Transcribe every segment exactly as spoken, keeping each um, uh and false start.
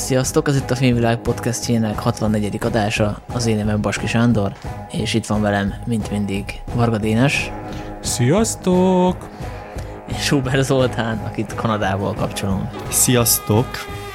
Sziasztok! Ez itt a Filmvilág podcastjének hatvannegyedik adása, az én nevem Baski Sándor, és itt van velem, mint mindig, Varga Dénes. Sziasztok! És Huber Zoltán, akit Kanadából kapcsolom. Sziasztok!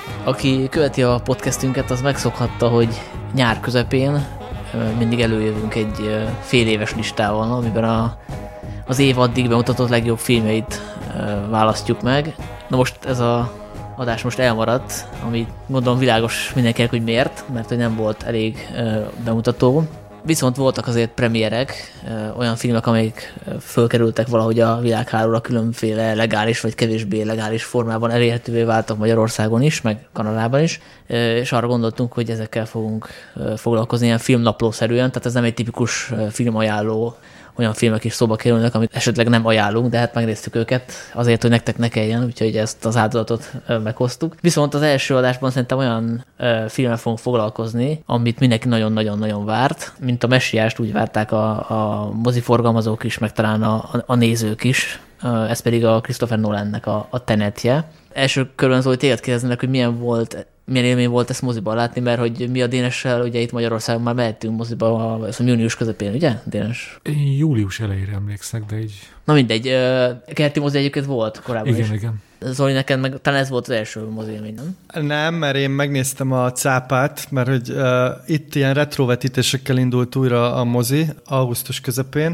Aki követi a podcastünket, az megszokhatta, hogy nyár közepén mindig előjövünk egy fél éves listával, amiben a, az év addig bemutatott legjobb filmjeit választjuk meg. Na most ez a adás most elmaradt, ami gondolom világos mindenkinek, hogy miért, mert hogy nem volt elég bemutató. Viszont voltak azért premierek, olyan filmek, amelyek fölkerültek valahogy a világhálóra, különféle legális vagy kevésbé legális formában elérhetővé váltak Magyarországon is, meg Kanadában is, és arra gondoltunk, hogy ezekkel fogunk foglalkozni ilyen filmnaplószerűen, tehát ez nem egy tipikus filmajánló, olyan filmek is szóba kerülnek, amit esetleg nem ajánlunk, de hát megnéztük őket azért, hogy nektek ne kelljen, úgyhogy ezt az áldozatot meghoztuk. Viszont az első adásban szerintem olyan ö, filmmel fogunk foglalkozni, amit mindenki nagyon-nagyon-nagyon várt, mint a Messiást úgy várták a, a moziforgalmazók is, meg talán a, a, a nézők is. Ez pedig a Christopher Nolannek a, a Tenetje. Első körben Zoli, téged kérdeznek, hogy milyen volt, milyen élmény volt ezt moziban látni, mert hogy mi a Dénessel, ugye itt Magyarországon már mehettünk moziba, a június közepén, ugye, Dénes? Én július elejére emlékszek, de így... Na mindegy, kerti mozi egyébként volt korábban igen, is. Igen, igen. Zoli, neked meg talán ez volt az első mozi élmény, nem? Nem, mert én megnéztem a cápát, mert hogy uh, itt ilyen retrovetítésekkel indult újra a mozi, augusztus közepén,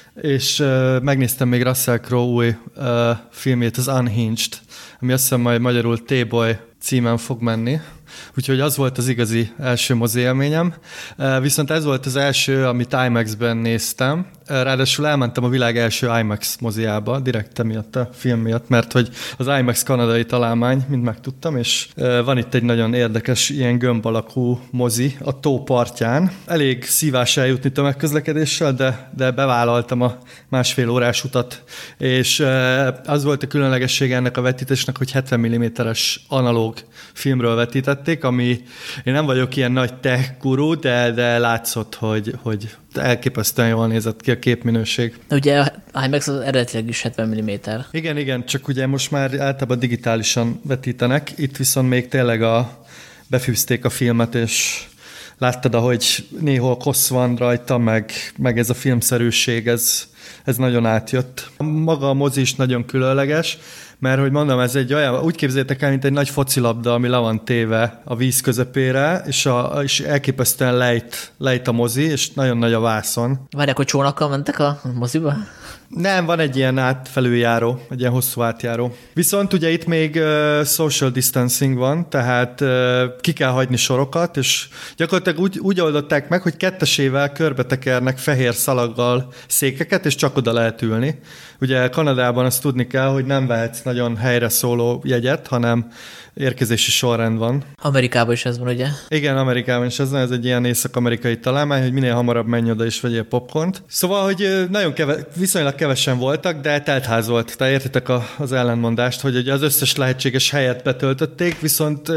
és uh, megnéztem még Russell Crowe új uh, filmjét, az Unhinged, ami azt hiszem majd magyarul T-Boy címen fog menni. Úgyhogy az volt az igazi első mozi élményem. Viszont ez volt az első, amit IMAX-ben néztem. Ráadásul elmentem a világ első IMAX moziába, direkt emiatt a film miatt, mert hogy az IMAX kanadai találmány, mint megtudtam, és van itt egy nagyon érdekes ilyen gömb alakú mozi a tó partján. Elég szívás eljutni tömegközlekedéssel, de, de bevállaltam a másfél órás utat, és az volt a különlegessége ennek a vetítésnek, hogy hetven milliméteres analóg filmről vetítették, ami én nem vagyok ilyen nagy tech guru, de, de látszott, hogy, hogy elképesztően jól nézett ki a képminőség. Ugye IMAX az eredetileg is hetven milliméter. Igen, igen, csak ugye most már általában digitálisan vetítenek, itt viszont még tényleg a, befűzték a filmet, és láttad, ahogy néhol kossz van rajta, meg, meg ez a filmszerűség, ez, ez nagyon átjött. Maga a mozi is nagyon különleges, mert, hogy mondom, ez egy olyan, úgy képzeljétek el, mint egy nagy focilabda, ami le van téve a víz közepére, és, a, és elképesztően lejt, lejt a mozi, és nagyon nagy a vászon. Várják, hogy csónakkal mentek a moziba? Nem, van egy ilyen átfelüljáró, egy ilyen hosszú átjáró. Viszont ugye itt még uh, social distancing van, tehát uh, ki kell hagyni sorokat, és gyakorlatilag úgy, úgy oldották meg, hogy kettesével körbetekernek fehér szalaggal székeket, és csak oda lehet ülni. Ugye Kanadában azt tudni kell, hogy nem vehetsz nagyon helyre szóló jegyet, hanem érkezési sorrend van. Amerikában is ez van, ugye? Igen, Amerikában is ez van, ez egy ilyen észak-amerikai találmány, hogy minél hamarabb menj oda és vegyél popcornt. Szóval, hogy nagyon keve, viszonylag kevesen voltak, de teltház volt. Tehát értitek a, az ellenmondást, hogy az összes lehetséges helyet betöltötték, viszont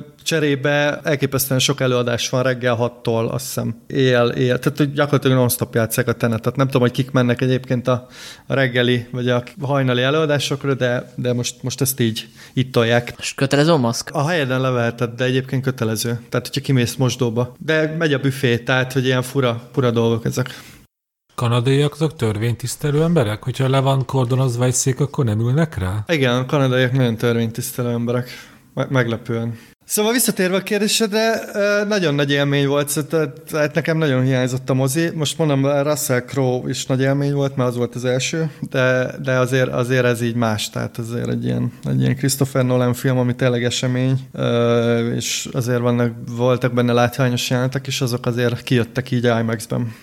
cserébe elképesztően sok előadás van reggel hattól, azt hiszem éjjel, éjjel. Tehát gyakorlatilag non-stop játsszák a Tenetet. Nem tudom, hogy kik mennek egyébként a, a reggeli vagy a hajnali előadásokra, de, de most, most ezt így, így tolják. És kötelező a maszk? A helyeden leveheted, de egyébként kötelező. Tehát, hogyha kimész mosdóba. De megy a büfé, tehát, hogy ilyen fura, fura dolgok ezek. Kanadaiak azok törvénytisztelő emberek? Hogyha le van kordonozva egy szék, akkor nem ülnek rá? Igen, a kanadaiak nagyon törvénytisztelő emberek. Me- meglepően. Szóval visszatérve a kérdésedre, nagyon nagy élmény volt, tehát nekem nagyon hiányzott a mozi. Most mondom, Russell Crowe is nagy élmény volt, mert az volt az első, de, de azért, azért ez így más, tehát azért egy ilyen, egy ilyen Christopher Nolan film, ami tényleg esemény, és azért vannak, voltak benne látványos jelenetek, és azok azért kijöttek így IMAX-ben.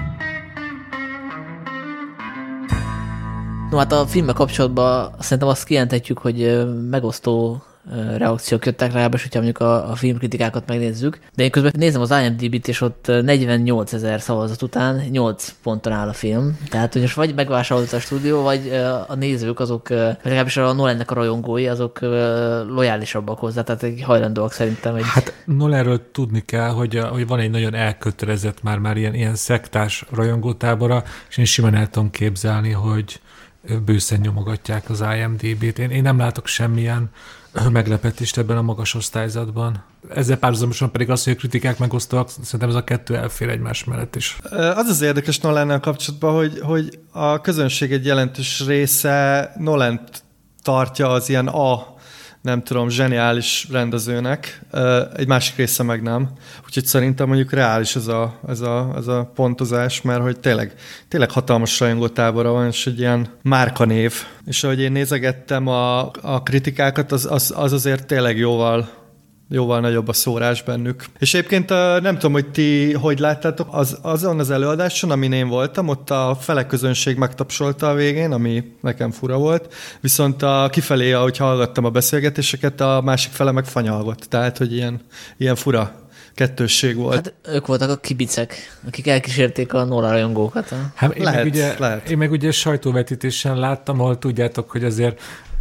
No, hát a filmmel kapcsolatban szerintem azt kijelenthetjük, hogy megosztó reakciók jöttek rá, és hogyha mondjuk a, a filmkritikákat megnézzük. De én közben nézem az IMDb-t, és ott negyvennyolc ezer szavazat után nyolc ponton áll a film. Tehát, hogy most vagy megvásárolt a stúdió, vagy a nézők, azok, legalábbis a Nolannek a rajongói, azok lojálisabbak hozzá, tehát hajlandóak szerintem. Egy... Hát Nolanről tudni kell, hogy, hogy van egy nagyon elkötelezett már, már ilyen, ilyen szektás rajongótábora, és én simán el tudom képzelni, hogy bőszen nyomogatják az I M D B-t. Én, én nem látok semmilyen meglepetést ebben a magas osztályzatban. Ezzel párhuzamosan pedig az, hogy a kritikák megosztóak, szerintem ez a kettő elfér egymás mellett is. Az az érdekes Nolannal kapcsolatban, hogy, hogy a közönség egy jelentős része Nolant tartja az ilyen A, nem tudom, zseniális rendezőnek, egy másik része meg nem. Úgyhogy szerintem mondjuk reális ez a, ez a, ez a pontozás, mert hogy tényleg, tényleg hatalmas rajongótábora van, és egy ilyen márkanév. És ahogy én nézegettem a, a kritikákat, az, az, az azért tényleg jóval jóval nagyobb a szórás bennük. És egyébként nem tudom, hogy ti hogy láttátok, az, azon az előadáson, amin én voltam, ott a fele közönség megtapsolta a végén, ami nekem fura volt, viszont a kifelé, ahogy hallgattam a beszélgetéseket, a másik fele meg fanyalgott. Tehát, hogy ilyen, ilyen fura kettősség volt. Hát ők voltak a kibicek, akik elkísérték a Nolan rajongókat. Hát én, lehet, meg ugye, lehet. én meg ugye sajtóvetítésen láttam, ahol tudjátok, hogy azért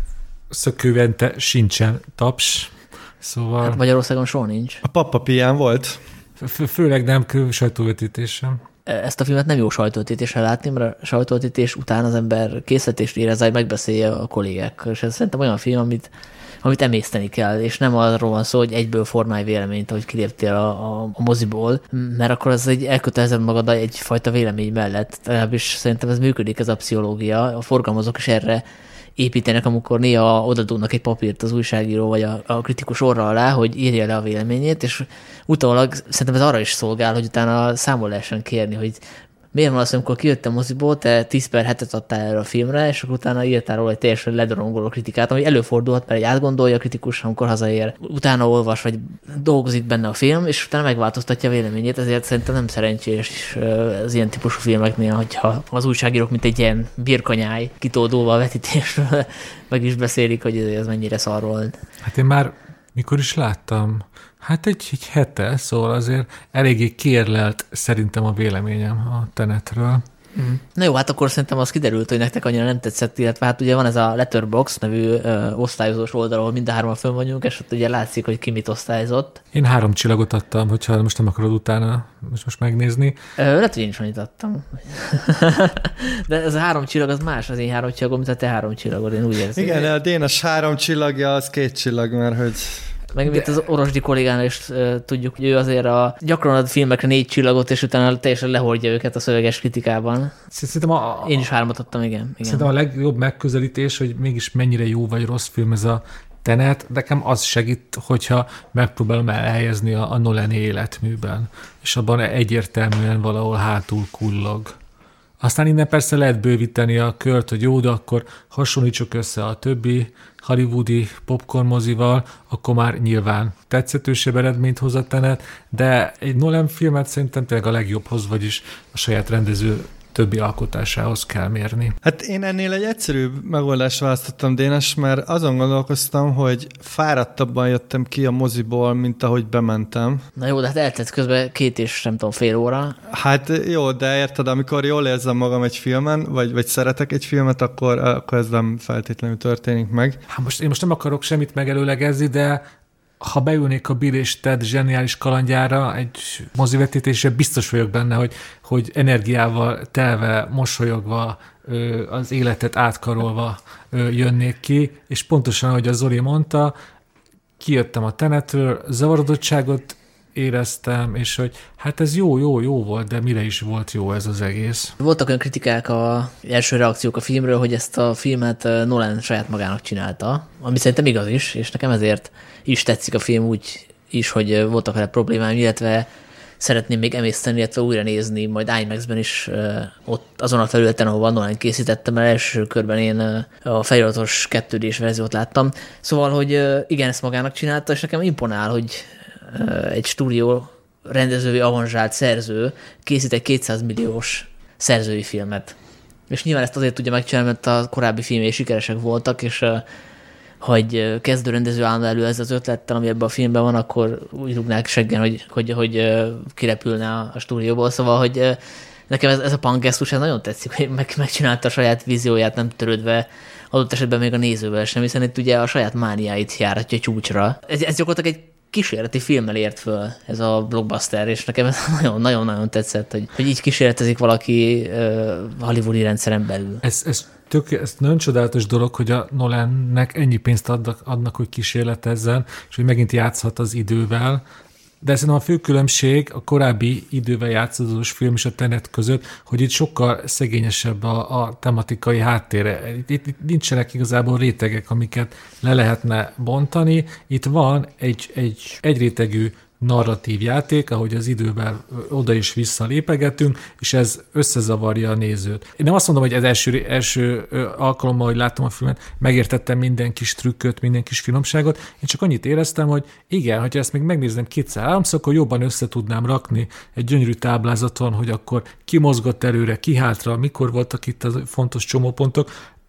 szökővente sincsen taps. Szóval... Hát Magyarországon soha nincs. A pappapián volt? Fő, főleg nem sajtóvetítésem. Ezt a filmet nem jó sajtóvetítéssel látni, mert a sajtóvetítés után az ember készletést érez, hogy megbeszélje a kollégákkal. És ez szerintem olyan film, amit, amit emészteni kell, és nem arról van szó, hogy egyből formálj véleményt, ahogy kiléptél a, a, a moziból, mert akkor az egy elkötelezed magad egyfajta vélemény mellett. És szerintem ez működik, ez a pszichológia. A forgalmazók is erre építenek, amikor néha odadúnak egy papírt az újságíró vagy a, a kritikus orra alá, hogy írja le a véleményét, és utólag szerintem ez arra is szolgál, hogy utána számol lehessen kérni, hogy miért van az, amikor kijöttem moziból, te tíz per hetet adtál erre a filmre, és akkor utána írtál róla egy teljesen ledorongoló kritikát, ami előfordulhat, mert egy átgondolja a kritikus, amikor hazaér, utána olvas, vagy dolgozik benne a film, és utána megváltoztatja a véleményét, ezért szerintem nem szerencsés az ilyen típusú filmeknél, hogyha az újságírók, mint egy ilyen birkanyáj kitódulva a vetítésről meg is beszélik, hogy ez mennyire szar volt. Hát én már mikor is láttam? Hát egy, egy hete, szóval azért eléggé kérlelt szerintem a véleményem a Tenetről. Mm. Na jó, hát akkor szerintem az kiderült, hogy nektek annyira nem tetszett, illetve hát ugye van ez a Letterboxd nevű ö, osztályozós oldal, ahol mind a hárman fönn vagyunk, és ott ugye látszik, hogy ki mit osztályozott. Én három csillagot adtam, hogyha most nem akarod utána most, most megnézni. Ö, lehet, hogy én is annyit adtam. De ez a három csillag az más az én három csillagom, mint a te három csillagod, én úgy érzem. Igen, a Dénes három csillagja az két csillag, mert hogy... Meg itt az Orosdi kollégánál is uh, tudjuk, hogy ő azért a gyakran ad filmekre négy csillagot, és utána teljesen lehordja őket a szöveges kritikában. Szerintem a, a, Én is hármat adtam, igen. igen. Szerintem a legjobb megközelítés, hogy mégis mennyire jó vagy rossz film ez a Tenet, nekem az segít, hogyha megpróbálom elhelyezni a, a Nolan életműben, és abban egyértelműen valahol hátul kullog. Aztán innen persze lehet bővíteni a kört, hogy jó, de akkor hasonlítsuk össze a többi hollywoodi popcorn mozival, akkor már nyilván tetszetősebb eredményt hoz a Tenet, de egy Nolan filmet szerintem tényleg a legjobbhoz, vagyis a saját rendező többi alkotásához kell mérni. Hát én ennél egy egyszerűbb megoldást választottam, Dénes, mert azon gondolkoztam, hogy fáradtabban jöttem ki a moziból, mint ahogy bementem. Na jó, de hát eltett közben két és nem tudom, fél óra. Hát jó, de érted, amikor jól érzem magam egy filmen, vagy, vagy szeretek egy filmet, akkor, akkor ez nem feltétlenül történik meg. Hát most, én most nem akarok semmit megelőlegezni, de ha beülnék a Bill és Ted zseniális kalandjára egy mozivetítésre, biztos vagyok benne, hogy, hogy energiával telve, mosolyogva, az életet átkarolva jönnék ki, és pontosan, ahogy a Zoli mondta, kijöttem a Tenetről, zavarodottságot éreztem, és hogy hát ez jó, jó, jó volt, de mire is volt jó ez az egész. Voltak olyan kritikák, a első reakciók a filmről, hogy ezt a filmet Nolan saját magának csinálta, ami szerintem igaz is, és nekem ezért is tetszik a film úgy is, hogy voltak vele problémáim, illetve szeretném még emészteni, illetve újra nézni, majd IMAX-ben is ott azon a felületen, ahol Nolan készítettem, mert első körben én a feliratos kettő dés verziót láttam. Szóval, hogy igen, ezt magának csinálta, és nekem imponál, hogy egy stúdió rendezői avanzsált szerző készít egy kétszáz milliós szerzői filmet. És nyilván ezt azért tudja megcsinálni, mert a korábbi filmjei sikeresek voltak, és ha egy kezdő rendező állna elő ez az ötlettel, ami ebben a filmben van, akkor úgy rúgnák seggen, hogy, hogy, hogy kirepülne a, a stúdióból. Szóval, hogy nekem ez, ez a punk-gesztus nagyon tetszik, hogy meg, megcsinálta a saját vízióját, nem törődve adott esetben még a nézővel sem, hiszen itt ugye a saját mániáit járatja csúcsra. Ez, ez gyakorlatilag egy kísérleti filmmel ért föl ez a blockbuster, és nekem ez nagyon-nagyon tetszett, hogy, hogy így kísérletezik valaki uh, hollywoodi rendszeren belül. Ez, ez tök, ez nagyon csodálatos dolog, hogy a Nolannek ennyi pénzt adnak, adnak, hogy kísérletezzen, és hogy megint játszhat az idővel. De szerintem a fő különbség a korábbi idővel játszódós film és a Tenet között, hogy itt sokkal szegényesebb a, a tematikai háttére. Itt, itt, itt nincsenek igazából rétegek, amiket le lehetne bontani. Itt van egy, egy egyrétegű narratív játék, ahogy az időben oda és vissza lépegetünk, és ez összezavarja a nézőt. Én nem azt mondom, hogy ez első, első alkalommal, hogy láttam a filmet, megértettem minden kis trükköt, minden kis finomságot, én csak annyit éreztem, hogy igen, hogyha ezt még megnézem kétszer-háromszor, akkor jobban össze tudnám rakni egy gyönyörű táblázaton, hogy akkor ki mozgott előre, ki hátra, mikor voltak itt a fontos csomópontok,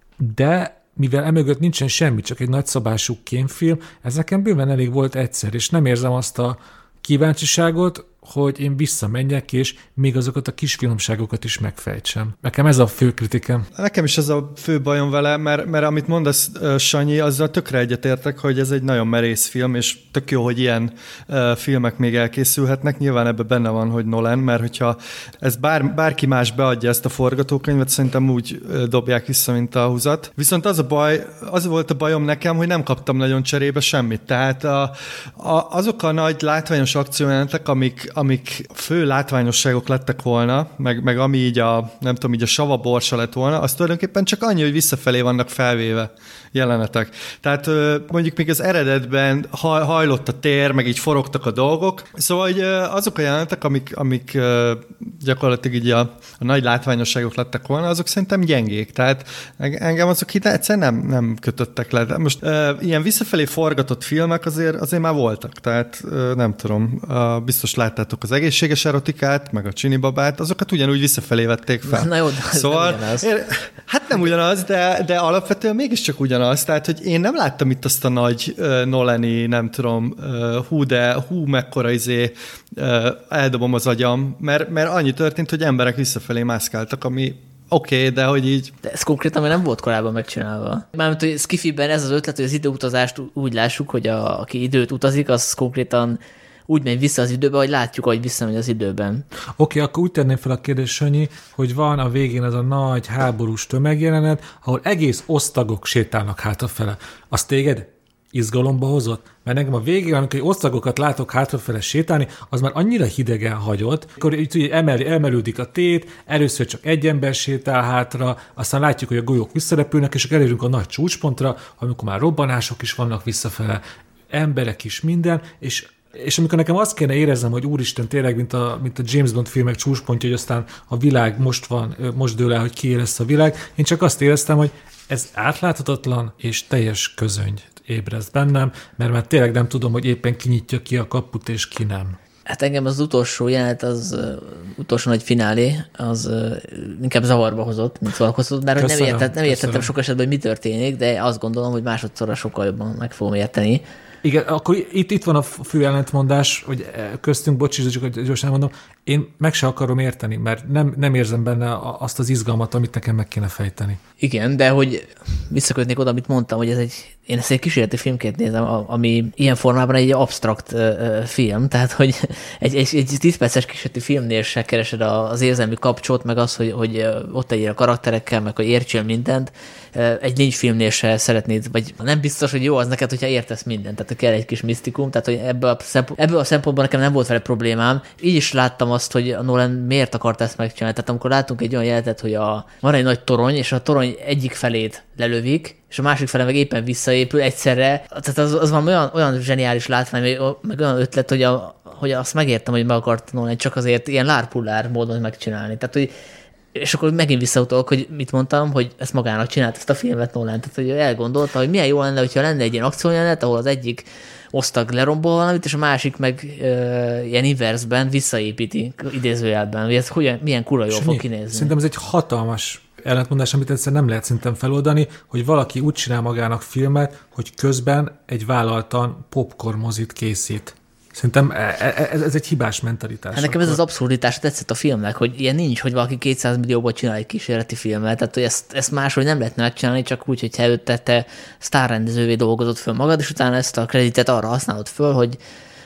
de mivel emögött nincsen semmi, csak egy nagyszabású kémfilm, ez nekem bőven elég volt egyszer, és nem érzem azt a kíváncsiságot, hogy én visszamenjek, és még azokat a kis finomságokat is megfejtsem. Nekem ez a fő kritikám. Nekem is ez a fő bajom vele, mert, mert amit mondasz, Sanyi, azzal tökre egyetértek, hogy ez egy nagyon merész film, és tök jó, hogy ilyen uh, filmek még elkészülhetnek. Nyilván ebben benne van, hogy Nolan, mert hogyha ez bár, bárki más beadja ezt a forgatókönyvet, szerintem úgy uh, dobják vissza, mint a húzat. Viszont az a baj, az volt a bajom nekem, hogy nem kaptam nagyon cserébe semmit. Tehát a, a, azok a nagy látványos akciójelentek, amik amik fő látványosságok lettek volna, meg, meg ami így a, nem tudom, így a savaborsa lett volna, az tulajdonképpen csak annyi, hogy visszafelé vannak felvéve jelenetek. Tehát mondjuk még az eredetben hajlott a tér, meg így forogtak a dolgok. Szóval hogy azok a jelenetek, amik, amik gyakorlatilag így a, a nagy látványosságok lettek volna, azok szerintem gyengék. Tehát engem azok ide egyszerűen nem, nem kötöttek le. De most ilyen visszafelé forgatott filmek azért, azért már voltak. Tehát nem tudom, biztos láttátok az egészséges erotikát, meg a csinibabát, azokat ugyanúgy visszafelé vették fel. Na jó, szóval, nem ugyanaz. Hát nem ugyanaz, de, de alapvetően mégiscsak ugyanaz. Tehát, hogy én nem láttam itt azt a nagy uh, Nolani, nem tudom, uh, hú, de hú, mekkora izé, uh, eldobom az agyam, mert, mert annyi történt, hogy emberek visszafelé mászkáltak, ami oké, okay, de hogy így... De ez konkrétan nem volt korábban megcsinálva. Mármint, hogy Skifiben ez az ötlet, hogy az időutazást úgy lássuk, hogy a, aki időt utazik, az konkrétan úgy megy vissza az időbe, hogy látjuk, hogy visszamegy az időben. Oké, okay, akkor úgy tenném fel a kérdést, Sanyi, hogy van a végén az a nagy háborús tömegjelenet, ahol egész osztagok sétálnak hátrafele. Az téged izgalomba hozott? Mert nekem a végén, amikor osztagokat látok hátrafele sétálni, az már annyira hidegen hagyott, akkor így emel, emelődik a tét, először csak egy ember sétál hátra, aztán látjuk, hogy a golyók visszarepülnek, és akkor elérünk a nagy csúcspontra, amikor már robbanások is vannak visszafele, emberek is, minden, és És amikor nekem azt kéne éreznem, hogy úristen, tényleg, mint a, mint a James Bond filmek csúcspontja, hogy aztán a világ most van, most dől el, hogy ki lesz a világ, én csak azt éreztem, hogy ez átláthatatlan és teljes közönyt ébreszt bennem, mert már tényleg nem tudom, hogy éppen kinyitja ki a kaput, és ki nem. Hát engem az utolsó jelenet, az uh, utolsó nagy finálé, az uh, inkább zavarba hozott, mint szórakoztatott, bár köszönöm, nem, értett, nem értettem sok esetben, hogy mi történik, de azt gondolom, hogy másodszorra sokkal jobban meg fogom érteni. Igen, akkor itt, itt van a fő ellentmondás, hogy köztünk, bocs, csak hogy gyorsan mondom, én meg se akarom érteni, mert nem, nem érzem benne azt az izgalmat, amit nekem meg kéne fejteni. Igen, de hogy visszakötnék oda, amit mondtam, hogy ez egy, én ezt egy kísérleti filmként nézem, ami ilyen formában egy absztrakt uh, film, tehát hogy egy, egy, egy tíz perces kísérleti filmnél se keresed az érzelmi kapcsot, meg az, hogy, hogy ott legyél a karakterekkel, meg hogy értsél mindent. Egy lényfilmnél se szeretnéd, vagy nem biztos, hogy jó az neked, hogyha értesz mindent, tehát kell egy kis misztikum, tehát hogy ebből a, szempont, ebből a szempontból nekem nem volt vele problémám. Így is láttam azt, hogy a Nolan miért akart ezt megcsinálni. Tehát amikor látunk egy olyan jelenetet, hogy a, van egy nagy torony, és a torony egyik felét lelövik, és a másik fele meg éppen visszaépül egyszerre. Tehát az, az van olyan, olyan zseniális látvány, meg olyan ötlet, hogy, a, hogy azt megértem, hogy meg akart Nolan csak azért ilyen lárpullár módon megcsinálni. Tehát, hogy és akkor megint visszautalok, hogy mit mondtam, hogy ezt magának csinált ezt a filmet Nolan. Tehát, hogy elgondolta, hogy milyen jó lenne, hogyha lenne egy ilyen akciójelenet, ahol az egyik osztag lerombol valamit, és a másik meg uh, ilyen inversben visszaépíti idézőjelben. Hogy ez hogyan, milyen kura jól fog kinézni. Szerintem ez egy hatalmas ellentmondás, amit egyszer nem lehet szinten feloldani, hogy valaki úgy csinál magának filmet, hogy közben egy vállaltan popcorn mozit készít. Szerintem ez, ez egy hibás mentalitás. Hát nekem ez az abszurditás tetszett a filmnek, hogy ilyen nincs, hogy valaki kétszáz millióból csinál egy kísérleti filmet, tehát hogy ezt, ezt máshogy nem lehetne megcsinálni, csak úgy, hogyha előtte te sztárrendezővé dolgozott föl magad, és utána ezt a kreditet arra használod föl, hogy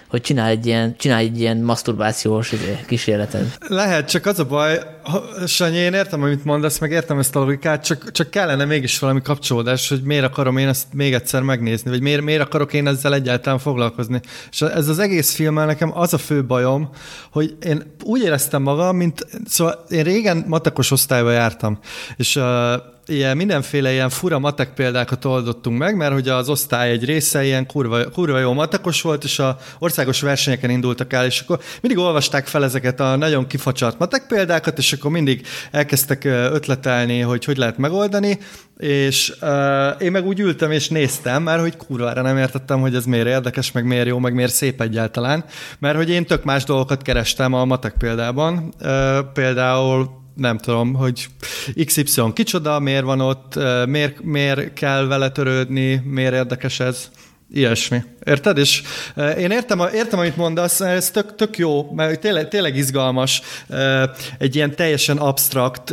hogy csinálj egy ilyen, csinálj egy ilyen maszturbációs kísérletet. Lehet, csak az a baj, Sanyi, én értem, amit mondasz, meg értem ezt a logikát, csak, csak kellene mégis valami kapcsolódás, hogy miért akarom én ezt még egyszer megnézni, vagy miért, miért akarok én ezzel egyáltalán foglalkozni. És ez az egész filmmel nekem az a fő bajom, hogy én úgy éreztem magam, mint, szóval én régen matekos osztályba jártam, és uh, ilyen mindenféle ilyen fura matek példákat oldottunk meg, mert hogy az osztály egy része ilyen kurva, kurva jó matekos volt, és a országos versenyeken indultak el, és akkor mindig olvasták fel ezeket a nagyon kifacsart matek példákat, és akkor mindig elkezdtek ötletelni, hogy hogy lehet megoldani, és uh, én meg úgy ültem és néztem, mert hogy kurvára nem értettem, hogy ez miért érdekes, meg miért jó, meg miért szép egyáltalán, mert hogy én tök más dolgokat kerestem a matek példában, uh, például nem tudom, hogy iksz ipszilon kicsoda, miért van ott, miért, miért kell vele törődni, miért érdekes ez, ilyesmi. Érted? És én értem, értem amit mondasz, ez tök, tök jó, mert tényleg, tényleg izgalmas, egy ilyen teljesen absztrakt,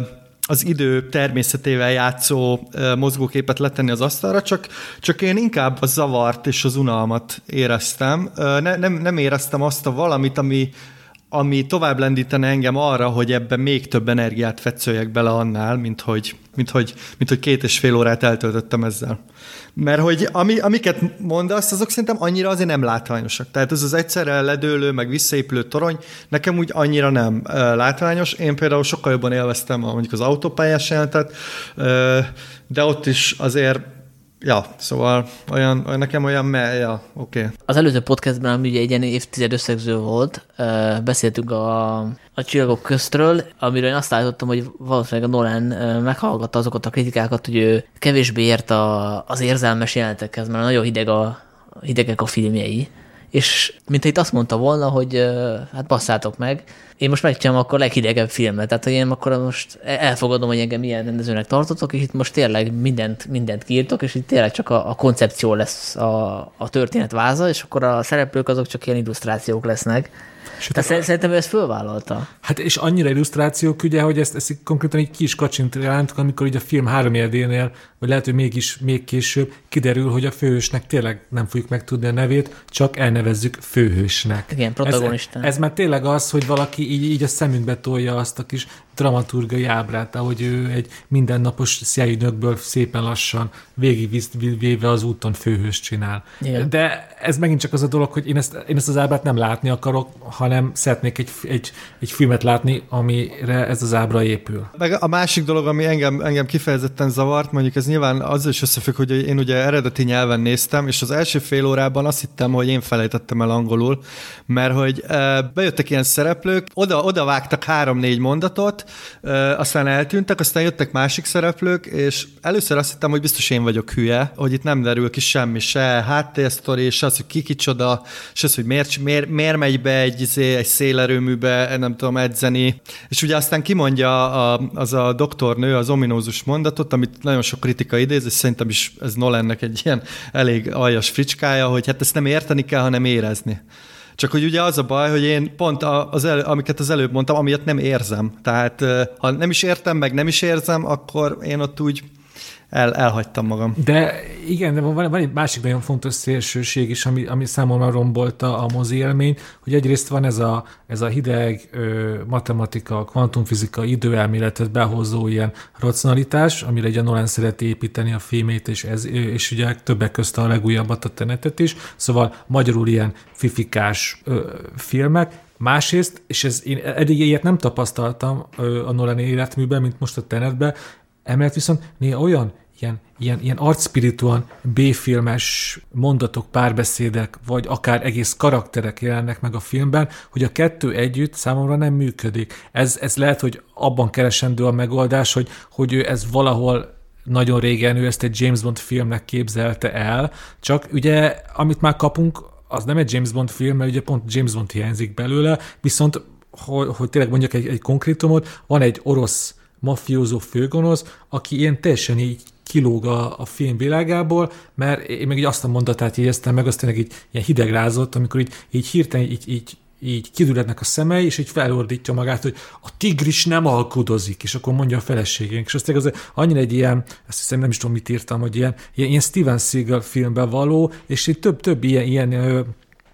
az idő természetével játszó mozgóképet letenni az asztalra, csak, csak én inkább a zavart és az unalmat éreztem. Ne, nem, nem éreztem azt a valamit, ami ami tovább lendítene engem arra, hogy ebben még több energiát fetszöljek bele annál, mint hogy, mint hogy, mint hogy két és fél órát eltöltöttem ezzel. Mert hogy ami, amiket mondasz, azok szerintem annyira azért nem látványosak. Tehát ez az egyszerre ledőlő, meg visszaépülő torony, nekem úgy annyira nem uh, látványos. Én például sokkal jobban élveztem a, mondjuk az autópályás jelentet, uh, de ott is azért ja, szóval olyan, olyan nekem olyan, me, ja, oké. Okay. Az előző podcastben, ami ugye egy ilyen évtized összegző volt, beszéltünk a, a Csillagok köztről, amiről én azt állítottam, hogy valószínűleg a Nolan meghallgatta azokat a kritikákat, hogy ő kevésbé ért a, az érzelmes jelenetekhez, mert nagyon hideg a, hidegek a filmjei. És mint itt azt mondta volna, hogy hát basszátok meg, én most megcsinálom akkor a leghidegebb filmet, tehát hogy én akkor most elfogadom, hogy engem ilyen rendezőnek tartotok, és itt most tényleg mindent, mindent kiírtok, és itt tényleg csak a, a koncepció lesz a, a történet váza, és akkor a szereplők azok csak ilyen illusztrációk lesznek. Tehát a... szerintem ő ezt fölvállalta. Hát és annyira illusztrációk, ugye, hogy ezt, ezt konkrétan így ki is kacsint rántuk, amikor így a film háromnegyedénél, vagy lehet, hogy mégis még később kiderül, hogy a főhősnek tényleg nem fogjuk megtudni a nevét, csak elnevezzük főhősnek. Igen, protagonista. Ez, ez már tényleg az, hogy valaki így, így a szemünkbe tolja azt a kis dramaturgai ábrát, ahogy ő egy mindennapos szélügynökből szépen lassan végigvéve az úton főhős csinál. Igen. De ez megint csak az a dolog, hogy én ezt, én ezt az ábrát nem látni akarok, hanem szeretnék egy, egy, egy filmet látni, amire ez az ábra épül. Meg a másik dolog, ami engem, engem kifejezetten zavart, mondjuk ez nyilván azzal is összefügg, hogy én ugye eredeti nyelven néztem, és az első fél órában azt hittem, hogy én felejtettem el angolul, mert hogy e, bejöttek ilyen szereplők, oda, oda vágtak három-négy mondatot, e, aztán eltűntek, aztán jöttek másik szereplők, és először azt hittem, hogy biztos én vagyok hülye, hogy itt nem derül ki semmi, se háttérsztori, se az, hogy ki kicsoda, se az, hogy miért, miért, miért megy be egy, egy szélerőműbe, nem tudom, edzeni. És ugye aztán kimondja a, az a doktornő az ominózus mondatot, amit nagyon sok kritika idéz, és szerintem is ez Nolannek egy ilyen elég aljas fricskája, hogy hát ezt nem érteni kell, hanem érezni. Csak hogy ugye az a baj, hogy én pont az el, amiket az előbb mondtam, amiatt nem érzem. Tehát ha nem is értem, meg nem is érzem, akkor én ott úgy El, elhagytam magam. De igen, de van, van egy másik nagyon fontos szélsőség is, ami, ami számomra rombolta a mozi élményt, hogy egyrészt van ez a, ez a hideg ö, matematika, kvantumfizika, időelméletet behozó ilyen racionalitás, amire ugye Nolan szereti építeni a filmét, és, ez, és ugye többek közt a legújabbat, a Tenetet is, szóval magyarul ilyen fifikás ö, filmek. Másrészt, és ez, én eddig ilyet nem tapasztaltam ö, a Nolan életműben, mint most a Tenetben, emellett viszont néha olyan ilyen, ilyen, ilyen arcspirituan B-filmes mondatok, párbeszédek, vagy akár egész karakterek jelennek meg a filmben, hogy a kettő együtt számomra nem működik. Ez, ez lehet, hogy abban keresendő a megoldás, hogy, hogy ő ez valahol nagyon régen ő ezt egy James Bond filmnek képzelte el, csak ugye amit már kapunk, az nem egy James Bond film, mert ugye pont James Bond hiányzik belőle, viszont hogy, hogy tényleg mondjak egy, egy konkrétumot, van egy orosz mafiózó főgonosz, aki ilyen teljesen így kilóg a, a film világából, mert én meg így azt a mondatát jegyeztem meg, azt tényleg így ilyen hidegrázott, amikor így, így hirtelen így, így, így kidülednek a szemei, és így felordítja magát, hogy a tigris nem alkudozik, és akkor mondja a feleségénk. És azt az annyira egy ilyen, azt hiszem nem is tudom, mit írtam, hogy ilyen, ilyen, ilyen Steven Seagal filmben való, és így több-több ilyen, ilyen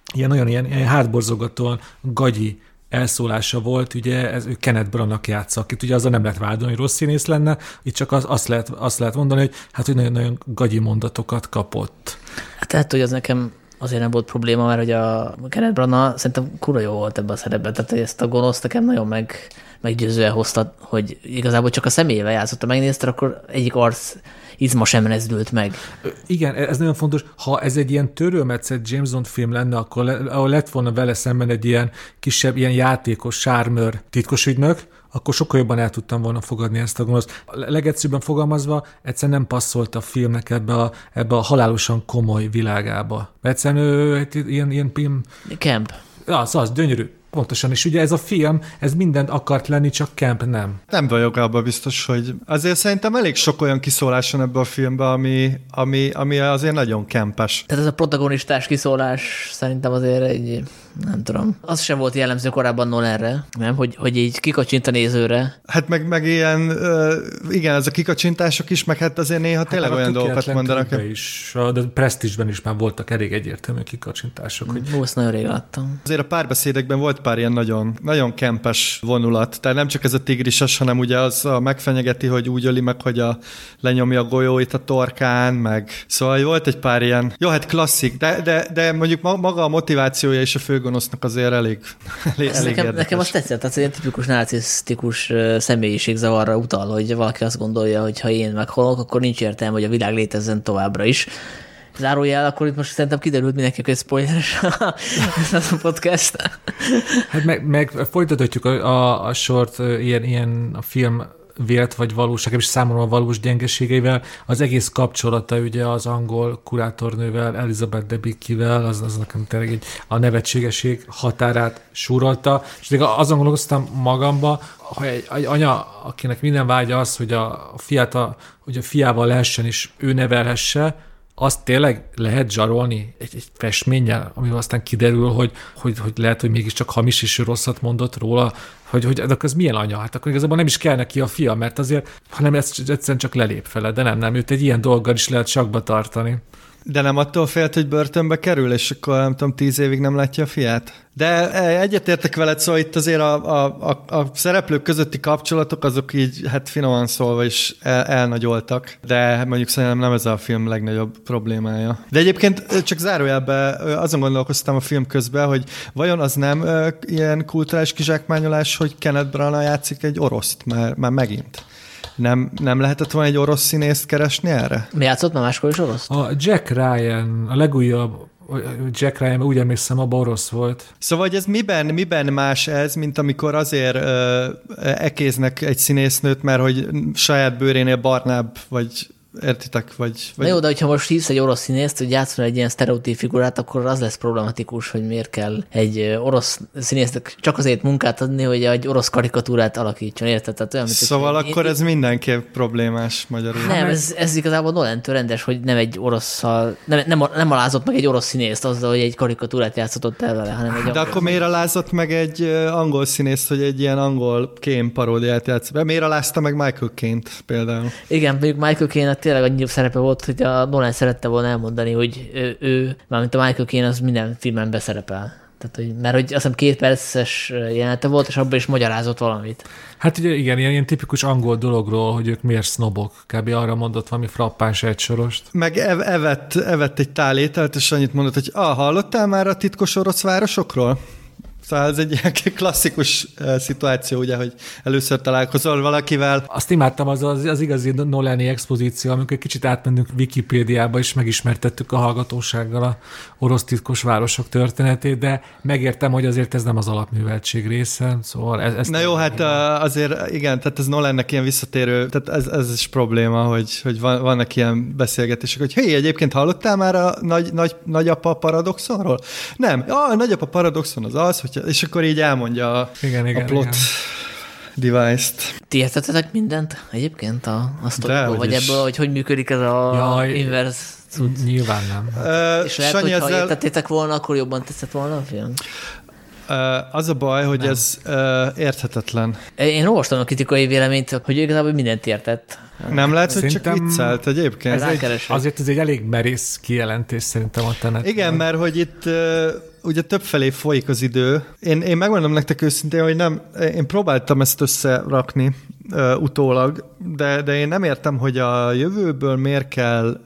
ilyen nagyon ilyen, ilyen hátborzolgatóan gagyi elszólása volt, ugye ez ő Kenneth Branagh játsza, akit ugye azzal nem lehet vádolni, hogy rossz színész lenne, itt csak az, azt, lehet, azt lehet mondani, hogy hát, hogy nagyon-nagyon gagyi mondatokat kapott. Hát lehet, hogy az nekem azért nem volt probléma, mert hogy a Kenneth Branagh szerintem kurva jó volt ebben a szerepben, tehát ezt a gonoszt nekem nagyon meg, meggyőzően hozta, hogy igazából csak a személyével játszott, megnézted, akkor egyik arc izma sem rezdült meg. Igen, ez nagyon fontos. Ha ez egy ilyen törőmetszett James Bond film lenne, akkor le, ahol lett volna vele szemben egy ilyen kisebb, ilyen játékos, sármőr titkosügynök, akkor sokkal jobban el tudtam volna fogadni ezt a gonoszt. Legegyszerűbben fogalmazva, egyszerűen nem passzolt a filmnek ebbe a, ebbe a halálosan komoly világába. Egyszerűen ő egy ilyen, ilyen film... Camp. Az, az, gyönyörű. Pontosan, és ugye ez a film, ez mindent akart lenni, csak Camp nem. Nem vagyok abban biztos, hogy azért szerintem elég sok olyan kiszólás van ebben a filmben, ami, ami, ami azért nagyon campes. Tehát ez a protagonistás kiszólás szerintem azért egy, nem tudom, az sem volt jellemző korábban Nolanre, nem? Hogy, hogy így kikacsint a nézőre. Hát meg, meg ilyen, uh, igen, ez a kikacsintások is, meg hát azért néha tényleg hát olyan dolgokat mondanak. Is, a Prestige-ben is már voltak elég egyértelmű kikacsintások. Hogy... Hú, ezt nagyon rég láttam. Azért a párbeszédekben volt pár ilyen nagyon, nagyon kempes vonulat. Tehát nem csak ez a tigrises, hanem ugye az a megfenyegeti, hogy úgy öli meg, hogy a, lenyomja a golyóit a torkán, meg szóval volt egy pár ilyen, jó, hát klasszik, de, de, de mondjuk maga a motivációja és a főgonosznak azért elég, elég, elég nekem, érdekes. nekem azt tetszett, tehát egy tipikus narcisztikus személyiségzavarra utal, hogy valaki azt gondolja, hogy ha én meghalok, akkor nincs értelme, hogy a világ létezzen továbbra is. Zárójel, akkor itt most szerintem kiderült mindenki, hogy spoileres ez a podcast. Hát meg, meg folytatjuk a, a, a sort ilyen, ilyen a film vélt vagy valóság, és számomra a valós gyengeségeivel. Az egész kapcsolata ugye az angol kurátornővel, Elizabeth Debickivel, az, az nekem tényleg egy, a nevetségeség határát súrolta. És azon gondolkoztam magamba, hogy egy, egy anya, akinek minden vágya az, hogy a, fiát a, hogy a fiával lehessen és ő nevelhesse, azt tényleg lehet zsarolni egy, egy festménnyel, amivel aztán kiderül, hogy, hogy, hogy lehet, hogy mégiscsak hamis és rosszat mondott róla, hogy, hogy ez milyen anya? Hát akkor igazából nem is kell neki a fia, mert azért, hanem ez egyszerűen csak lelép fele, de nem, nem, őt egy ilyen dolggal is lehet sakba tartani. De nem attól félt, hogy börtönbe kerül, és akkor nem tudom, tíz évig nem látja a fiát? De egyetértek veled, szóval itt azért a, a, a, a szereplők közötti kapcsolatok azok így, hát finoman szólva is el, elnagyoltak, de mondjuk szerintem nem ez a film legnagyobb problémája. De egyébként csak zárójelben azon gondolkoztam a film közben, hogy vajon az nem ilyen kulturális kizsákmányolás, hogy Kenneth Branagh játszik egy oroszt már, már megint? Nem, nem lehetett volna egy orosz színészt keresni erre? Mi játszott már máskor is orosz? A Jack Ryan, a legújabb Jack Ryan, úgy emlékszem, abban orosz volt. Szóval, hogy ez miben, miben más ez, mint amikor azért ö, ekéznek egy színésznőt, mert hogy saját bőrénél barnább, vagy értitek, vagy... vagy... Na jó, de hogyha most hívsz egy orosz színészt, hogy játszol egy ilyen sztereotíp figurát, akkor az lesz problematikus, hogy miért kell egy orosz színésznek csak azért munkát adni, hogy egy orosz karikatúrát alakítson, érted? Tehát olyan, mint szóval egy, akkor egy, ez mindenképp problémás magyarul. Nem, ez, ez igazából Nolantől rendes, hogy nem egy orosszal, nem, nem, nem alázott meg egy orosz színészt azzal, hogy egy karikatúrát játszott el vele, hanem egy... De akkor miért alázott meg egy angol színészt, hogy egy ilyen angol Caine paródiát játszott? Miért alázta meg Michael Caine-t például? Igen, mondjuk Michael Caine tényleg annyi szerepe volt, hogy a Nolan szerette volna elmondani, hogy ő, ő mármint a Michael Caine az minden filmben beszerepel. Tehát, hogy, mert hogy azt hiszem két perces jelenete volt, és abban is magyarázott valamit. Hát ugye igen, ilyen, ilyen tipikus angol dologról, hogy ők miért sznobok. Kb. Arra mondott valami frappáns egysorost. Meg ev- evett, evett egy tál ételt, és annyit mondott, hogy ah, hallottál már a titkos orosz városokról? Szóval ez egy ilyen klasszikus uh, szituáció, ugye, hogy először találkozol valakivel. Azt imádtam, az az, az igazi Nolani expozíció, amikor egy kicsit átmennünk Wikipédiába, és megismertettük a hallgatósággal a orosz titkos városok történetét, de megértem, hogy azért ez nem az alapműveltség része. Szóval ez, ez Na jó, hát uh, azért igen, tehát ez Nolannek ilyen visszatérő, tehát ez, ez is probléma, hogy, hogy van, vannak ilyen beszélgetések, hogy hé, egyébként hallottál már a nagy, nagy, nagyapa paradoxonról? Nem. Ah, a nagyapa paradoxon az az, hogy és akkor így elmondja a, igen, igen, a plot igen. device-t. Ti értettetek mindent egyébként a, a sztoriból, vagy is. Ebből, hogy hogy működik ez a Jaj, inverse cucc? Nyilván nem. Uh, és lehet, Sanyi hogy ezzel... ha értettétek volna, akkor jobban tetszett volna a film? Az a baj, hogy nem. ez uh, érthetetlen. Én olvastam a kritikai véleményt, hogy igazából mindent értett. Nem lehet, hogy csak viccelt egyébként. Ez egy, azért ez egy elég merész kijelentés szerintem a Tenet. Igen, mert hogy itt uh, ugye többfelé folyik az idő. Én, én megmondom nektek őszintén, hogy nem, én próbáltam ezt összerakni uh, utólag, de, de én nem értem, hogy a jövőből miért kell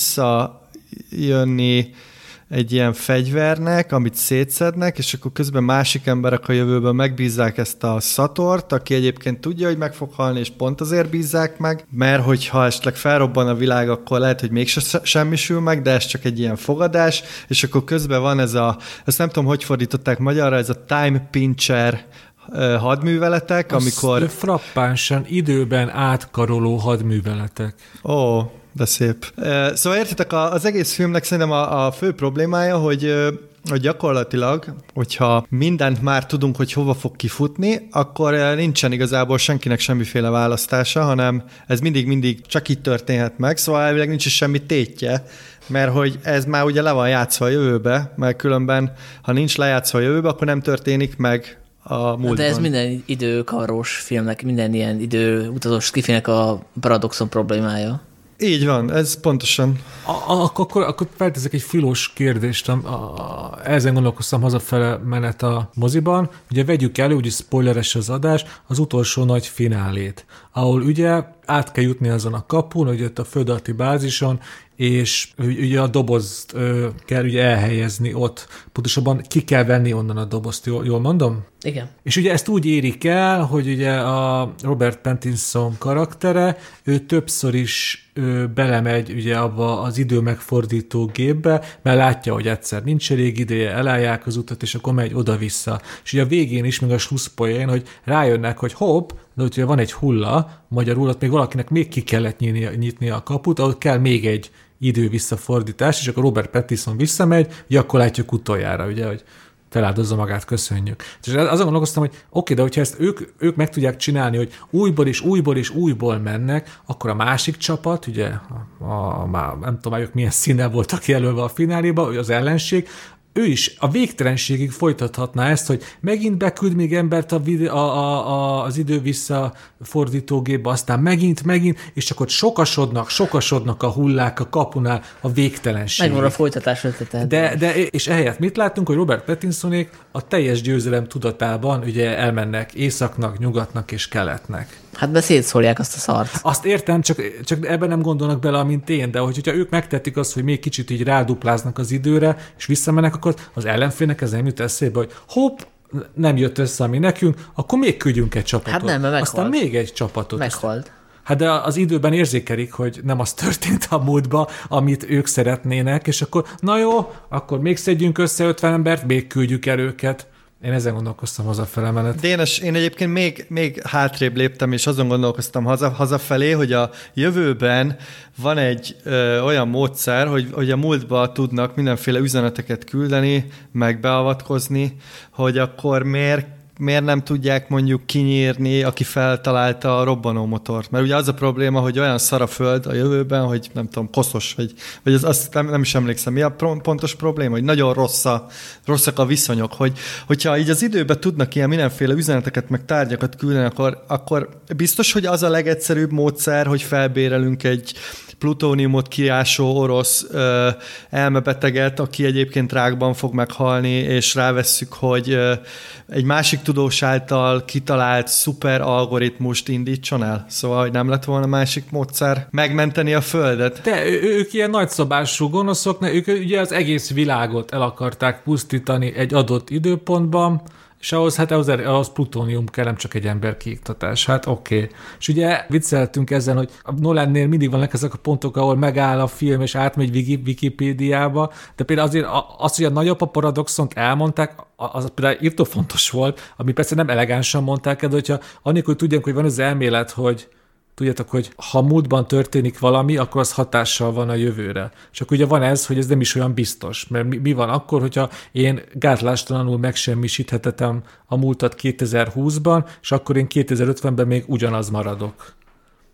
visszajönni egy ilyen fegyvernek, amit szétszednek, és akkor közben másik emberek a jövőben megbízzák ezt a szatort, aki egyébként tudja, hogy meg fog halni, és pont azért bízzák meg, mert hogyha esetleg felrobban a világ, akkor lehet, hogy mégse semmisül meg, de ez csak egy ilyen fogadás, és akkor közben van ez a, ezt nem tudom, hogy fordították magyarra, ez a time pincher hadműveletek, az amikor... frappánsan időben átkaroló hadműveletek. Ó, de szép. Szóval értitek, az egész filmnek szerintem a, a fő problémája, hogy, hogy gyakorlatilag, hogyha mindent már tudunk, hogy hova fog kifutni, akkor nincsen igazából senkinek semmiféle választása, hanem ez mindig-mindig csak így történhet meg, szóval elvileg nincs is semmi tétje, mert hogy ez már ugye le van játszva a jövőbe, mert különben, ha nincs lejátszva a jövőbe, akkor nem történik meg a múltban. De ez minden időkarós filmnek, minden ilyen időutazós kifének a paradoxon problémája. Így van, ez pontosan. A, a, akkor, akkor felteszek egy filós kérdést. A, a, ezen gondolkoztam hazafele menet a moziban. Ugye vegyük elő, ugye spoileres az adás, az utolsó nagy finálét, ahol ugye át kell jutni azon a kapun, ugye ott a föld alatti bázison, és ugye a dobozt ö, kell ugye elhelyezni ott. Pontosabban ki kell venni onnan a dobozt, jól, jól mondom? Igen. És ugye ezt úgy érik el, hogy ugye a Robert Pattinson karaktere, ő többször is ö, belemegy ugye abba az idő megfordító gépbe, mert látja, hogy egyszer nincs elég ideje, elállják az utat, és akkor megy oda-vissza. És ugye a végén is, még a slusszpoén, hogy rájönnek, hogy hopp, de ugye van egy hulla, magyarul ott még valakinek még ki kellett nyitni, nyitni a kaput, ahol kell még egy idő visszafordítás, és akkor Robert Pattinson visszamegy, ugye akkor látjuk utoljára, ugye, hogy feláldozza magát, köszönjük. És azon gondolkoztam, hogy oké, de hogyha ezt ők, ők meg tudják csinálni, hogy újból és újból és újból mennek, akkor a másik csapat, ugye, a, a, a, nem tudom, ők milyen színnel voltak jelölve a fináléba, az ellenség, ő is a végtelenségig folytathatná ezt, hogy megint beküld még embert a videó, a, a, a, az idő visszafordítógépbe, aztán megint, megint, és csak ott sokasodnak, sokasodnak a hullák a kapunál a végtelenségig. Megvan a folytatás ötlete. De, de, és ehelyett mit láttunk, hogy Robert Pattinsonék a teljes győzelem tudatában ugye elmennek északnak, nyugatnak és keletnek. Hát be szétszórják azt a szart. Azt értem, csak, csak ebben nem gondolnak bele, amint én, de hogyha ők megtették azt, hogy még kicsit így rádupláznak az időre, és visszamennek, akkor az ellenfélnek ez nem jut eszébe, hogy hopp, nem jött össze, ami nekünk, akkor még küldjünk egy csapatot. Hát nem, mert meghalt. Aztán még egy csapatot. Meghalt. Hát de az időben érzékelik, hogy nem az történt a múltban, amit ők szeretnének, és akkor na jó, akkor még szedjünk össze ötven embert, még küldjük el őket. Én ezen gondolkoztam hazafele menet. Dénes, én egyébként még, még hátrébb léptem, és azon gondolkoztam haza, hazafelé, hogy a jövőben van egy ö, olyan módszer, hogy, hogy a múltba tudnak mindenféle üzeneteket küldeni, meg beavatkozni, hogy akkor miért miért nem tudják mondjuk kinyírni, aki feltalálta a robbanómotort. Mert ugye az a probléma, hogy olyan szar a föld a jövőben, hogy nem tudom, koszos, vagy, vagy az, azt nem, nem is emlékszem. Mi a pro- pontos probléma? Hogy nagyon rossz a, rosszak a viszonyok. Hogy, hogyha így az időben tudnak ilyen mindenféle üzeneteket, meg tárgyakat küldeni, akkor, akkor biztos, hogy az a legegyszerűbb módszer, hogy felbérelünk egy plutóniumot kiásó orosz ö, elmebeteget, aki egyébként rákban fog meghalni, és rávesszük, hogy ö, egy másik tudós által kitalált szuper algoritmust indítson el. Szóval, hogy nem lett volna másik módszer megmenteni a Földet. De ő, ők ilyen nagyszabású gonoszok, ők ugye az egész világot el akarták pusztítani egy adott időpontban, és ahhoz, hát ahhoz, ahhoz plutónium kell, nem csak egy ember kiiktatás. Hát oké. Okay. És ugye vicceltünk ezen, hogy a Nolannél mindig vannak ezek a pontok, ahol megáll a film, és átmegy Wikipédiába, de például azért az, hogy a nagyapa paradoxont elmondták, az például írtó fontos volt, ami persze nem elegánsan mondták el, de hogyha annélkül tudják, hogy van az elmélet, hogy tudjátok, hogy ha múltban történik valami, akkor az hatással van a jövőre. És akkor ugye van ez, hogy ez nem is olyan biztos. Mert mi, mi van akkor, hogyha én gátlástalanul megsemmisíthetetem a múltat kétezer-húszban, és akkor én kétezer-ötvenben még ugyanaz maradok.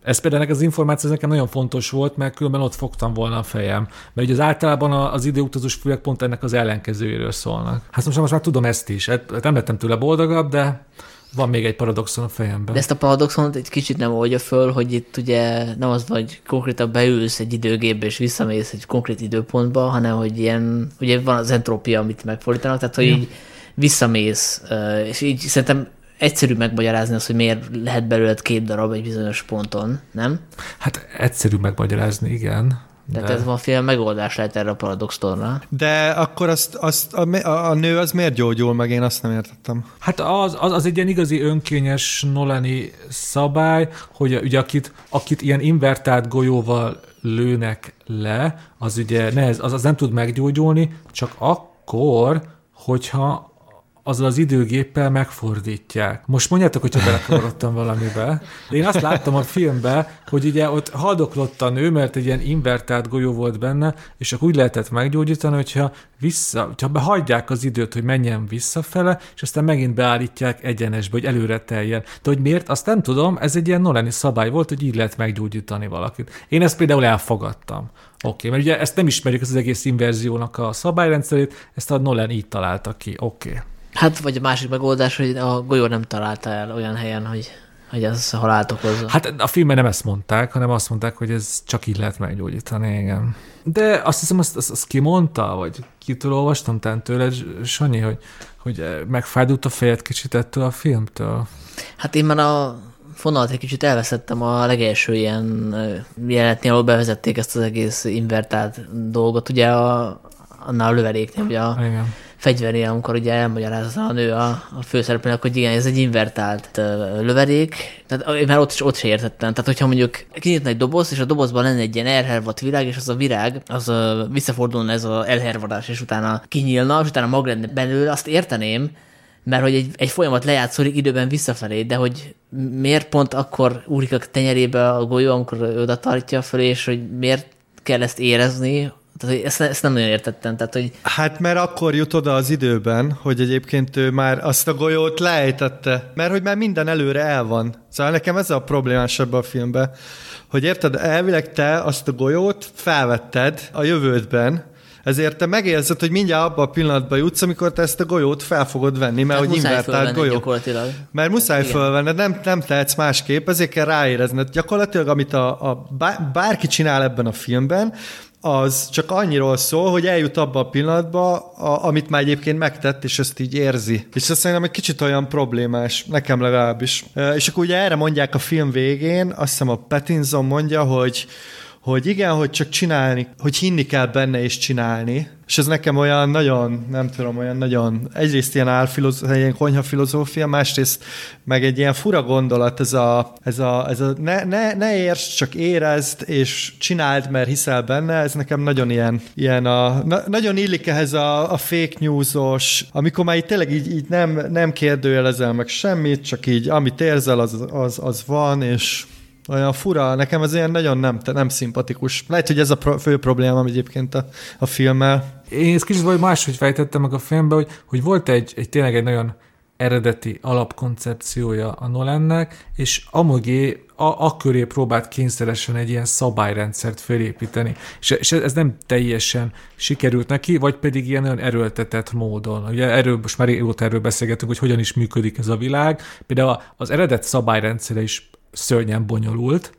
Ez például az információ nekem nagyon fontos volt, mert különben ott fogtam volna a fejem. Mert ugye az általában az időutazós filmek pont ennek az ellenkezőjéről szólnak. Hát most, most már tudom ezt is. Hát nem lettem tőle boldogabb, de van még egy paradoxon a fejemben. De ezt a paradoxont egy kicsit nem oldja föl, hogy itt ugye nem az, hogy konkrétan beülsz egy időgépbe és visszamész egy konkrét időpontba, hanem hogy ilyen, ugye van az entrópia, amit megfordítanak, tehát hogy ja. így visszamész, és így szerintem egyszerű megmagyarázni azt, hogy miért lehet belőled két darab egy bizonyos ponton, nem? Hát egyszerű megmagyarázni, igen. De... Tehát ez valamiféle megoldás lehet erre a paradoxtorra. De akkor azt, azt a, a, a nő az miért gyógyul meg? Én azt nem értettem. Hát az, az, az egy ilyen igazi önkényes Nolani szabály, hogy ugye akit, akit ilyen invertált golyóval lőnek le, az ugye nehez, az, az nem tud meggyógyulni, csak akkor, hogyha azzal az időgéppel megfordítják. Most mondjátok, hogyha belekavarodtam valamibe. De én azt láttam a filmben, hogy ugye ott haldoklott a nő, mert egy ilyen invertált golyó volt benne, és akkor úgy lehetett meggyógyítani, hogyha vissza, hogyha behagyják az időt, hogy menjen visszafele, és aztán megint beállítják egyenesbe, hogy előre teljen. De hogy miért, azt nem tudom, ez egy ilyen Nolani szabály volt, hogy így lehet meggyógyítani valakit. Én ezt például elfogadtam. Oké, okay, mert ugye ezt nem ismerjük az egész inverziónak a szabályrendszerét, ezt a Nolan így találta ki. Oké. Okay. Hát, vagy a másik megoldás, hogy a golyó nem találta el olyan helyen, hogy, hogy ez halált okozza. Hát a filmben nem ezt mondták, hanem azt mondták, hogy ez csak így lehet meggyógyítani, igen. De azt hiszem, azt, azt, azt kimondta, vagy kitől olvastam tán tőled, Sanyi, hogy, hogy megfájdult a fejed kicsit ettől a filmtől? Hát én már a fonalat egy kicsit elveszettem a legelső ilyen jelenetnél, ahol bevezették ezt az egész invertált dolgot, ugye a, annál a löveléknél, ugye a igen. fegyvernél, amikor ugye elmagyarázza a nő a, a főszereplőnek, hogy igen, ez egy invertált uh, lövedék, tehát én már ott is ott se értettem. Tehát, hogyha mondjuk kinyitna egy doboz, és a dobozban lenne egy ilyen elhervadt virág, és az a virág, az uh, visszafordulna ez az elhervadás, és utána kinyílna, és utána mag lenne belőle, azt érteném, mert hogy egy, egy folyamat lejátszódik időben visszafelé, de hogy miért pont akkor úrik a tenyerébe a golyó, amikor oda tartja föl, és hogy miért kell ezt érezni. Tehát ezt, ezt nem nagyon értettem. Tehát, hogy... Hát mert akkor jut oda az időben, hogy egyébként ő már azt a golyót lejtette, mert hogy már minden előre el van. Szóval nekem ez a problémás ebben a filmben, hogy érted, elvileg te azt a golyót felvetted a jövődben, ezért te megérzed, hogy mindjárt abban a pillanatban jutsz, amikor te ezt a golyót fel fogod venni, mert hát hogy invertált golyó. Mert muszáj fölvenned, nem, nem tehetsz másképp, ezért kell ráérezned. Gyakorlatilag, amit a, a bárki csinál ebben a filmben, az csak annyiról szól, hogy eljut abba a pillanatba, a, amit már egyébként megtett, és ezt így érzi. És ez szerintem egy kicsit olyan problémás, nekem legalábbis. És akkor ugye erre mondják a film végén, azt hiszem a Pattinson mondja, hogy hogy igen, hogy csak csinálni, hogy hinni kell benne és csinálni. És ez nekem olyan nagyon, nem tudom, olyan nagyon, egyrészt ilyen álfilozófia, ilyen konyha filozófia, másrészt meg egy ilyen fura gondolat, ez a, ez a, ez a ne, ne, ne értsd, csak érezd, és csináld, mert hiszel benne, ez nekem nagyon ilyen, ilyen a, na, nagyon illik ehhez a, a fake news-os, amikor már így tényleg így, így nem, nem kérdőjelezel meg semmit, csak így, amit érzel, az, az, az van, és olyan fura, nekem ez ilyen nagyon nem, nem szimpatikus. Lehet, hogy ez a pro, fő problémám egyébként a, a filmmel. Én ezt kicsit vagy máshogy fejtettem meg a filmben, hogy, hogy volt egy, egy tényleg egy nagyon eredeti alapkoncepciója a Nolannek, és amögé, a, a köré próbált kényszeresen egy ilyen szabályrendszert felépíteni. És, és ez nem teljesen sikerült neki, vagy pedig ilyen olyan erőltetett módon. Ugye erről, most már régóta erről beszélgetünk, hogy hogyan is működik ez a világ. Például az eredet szabályrendszere is szörnyen bonyolult,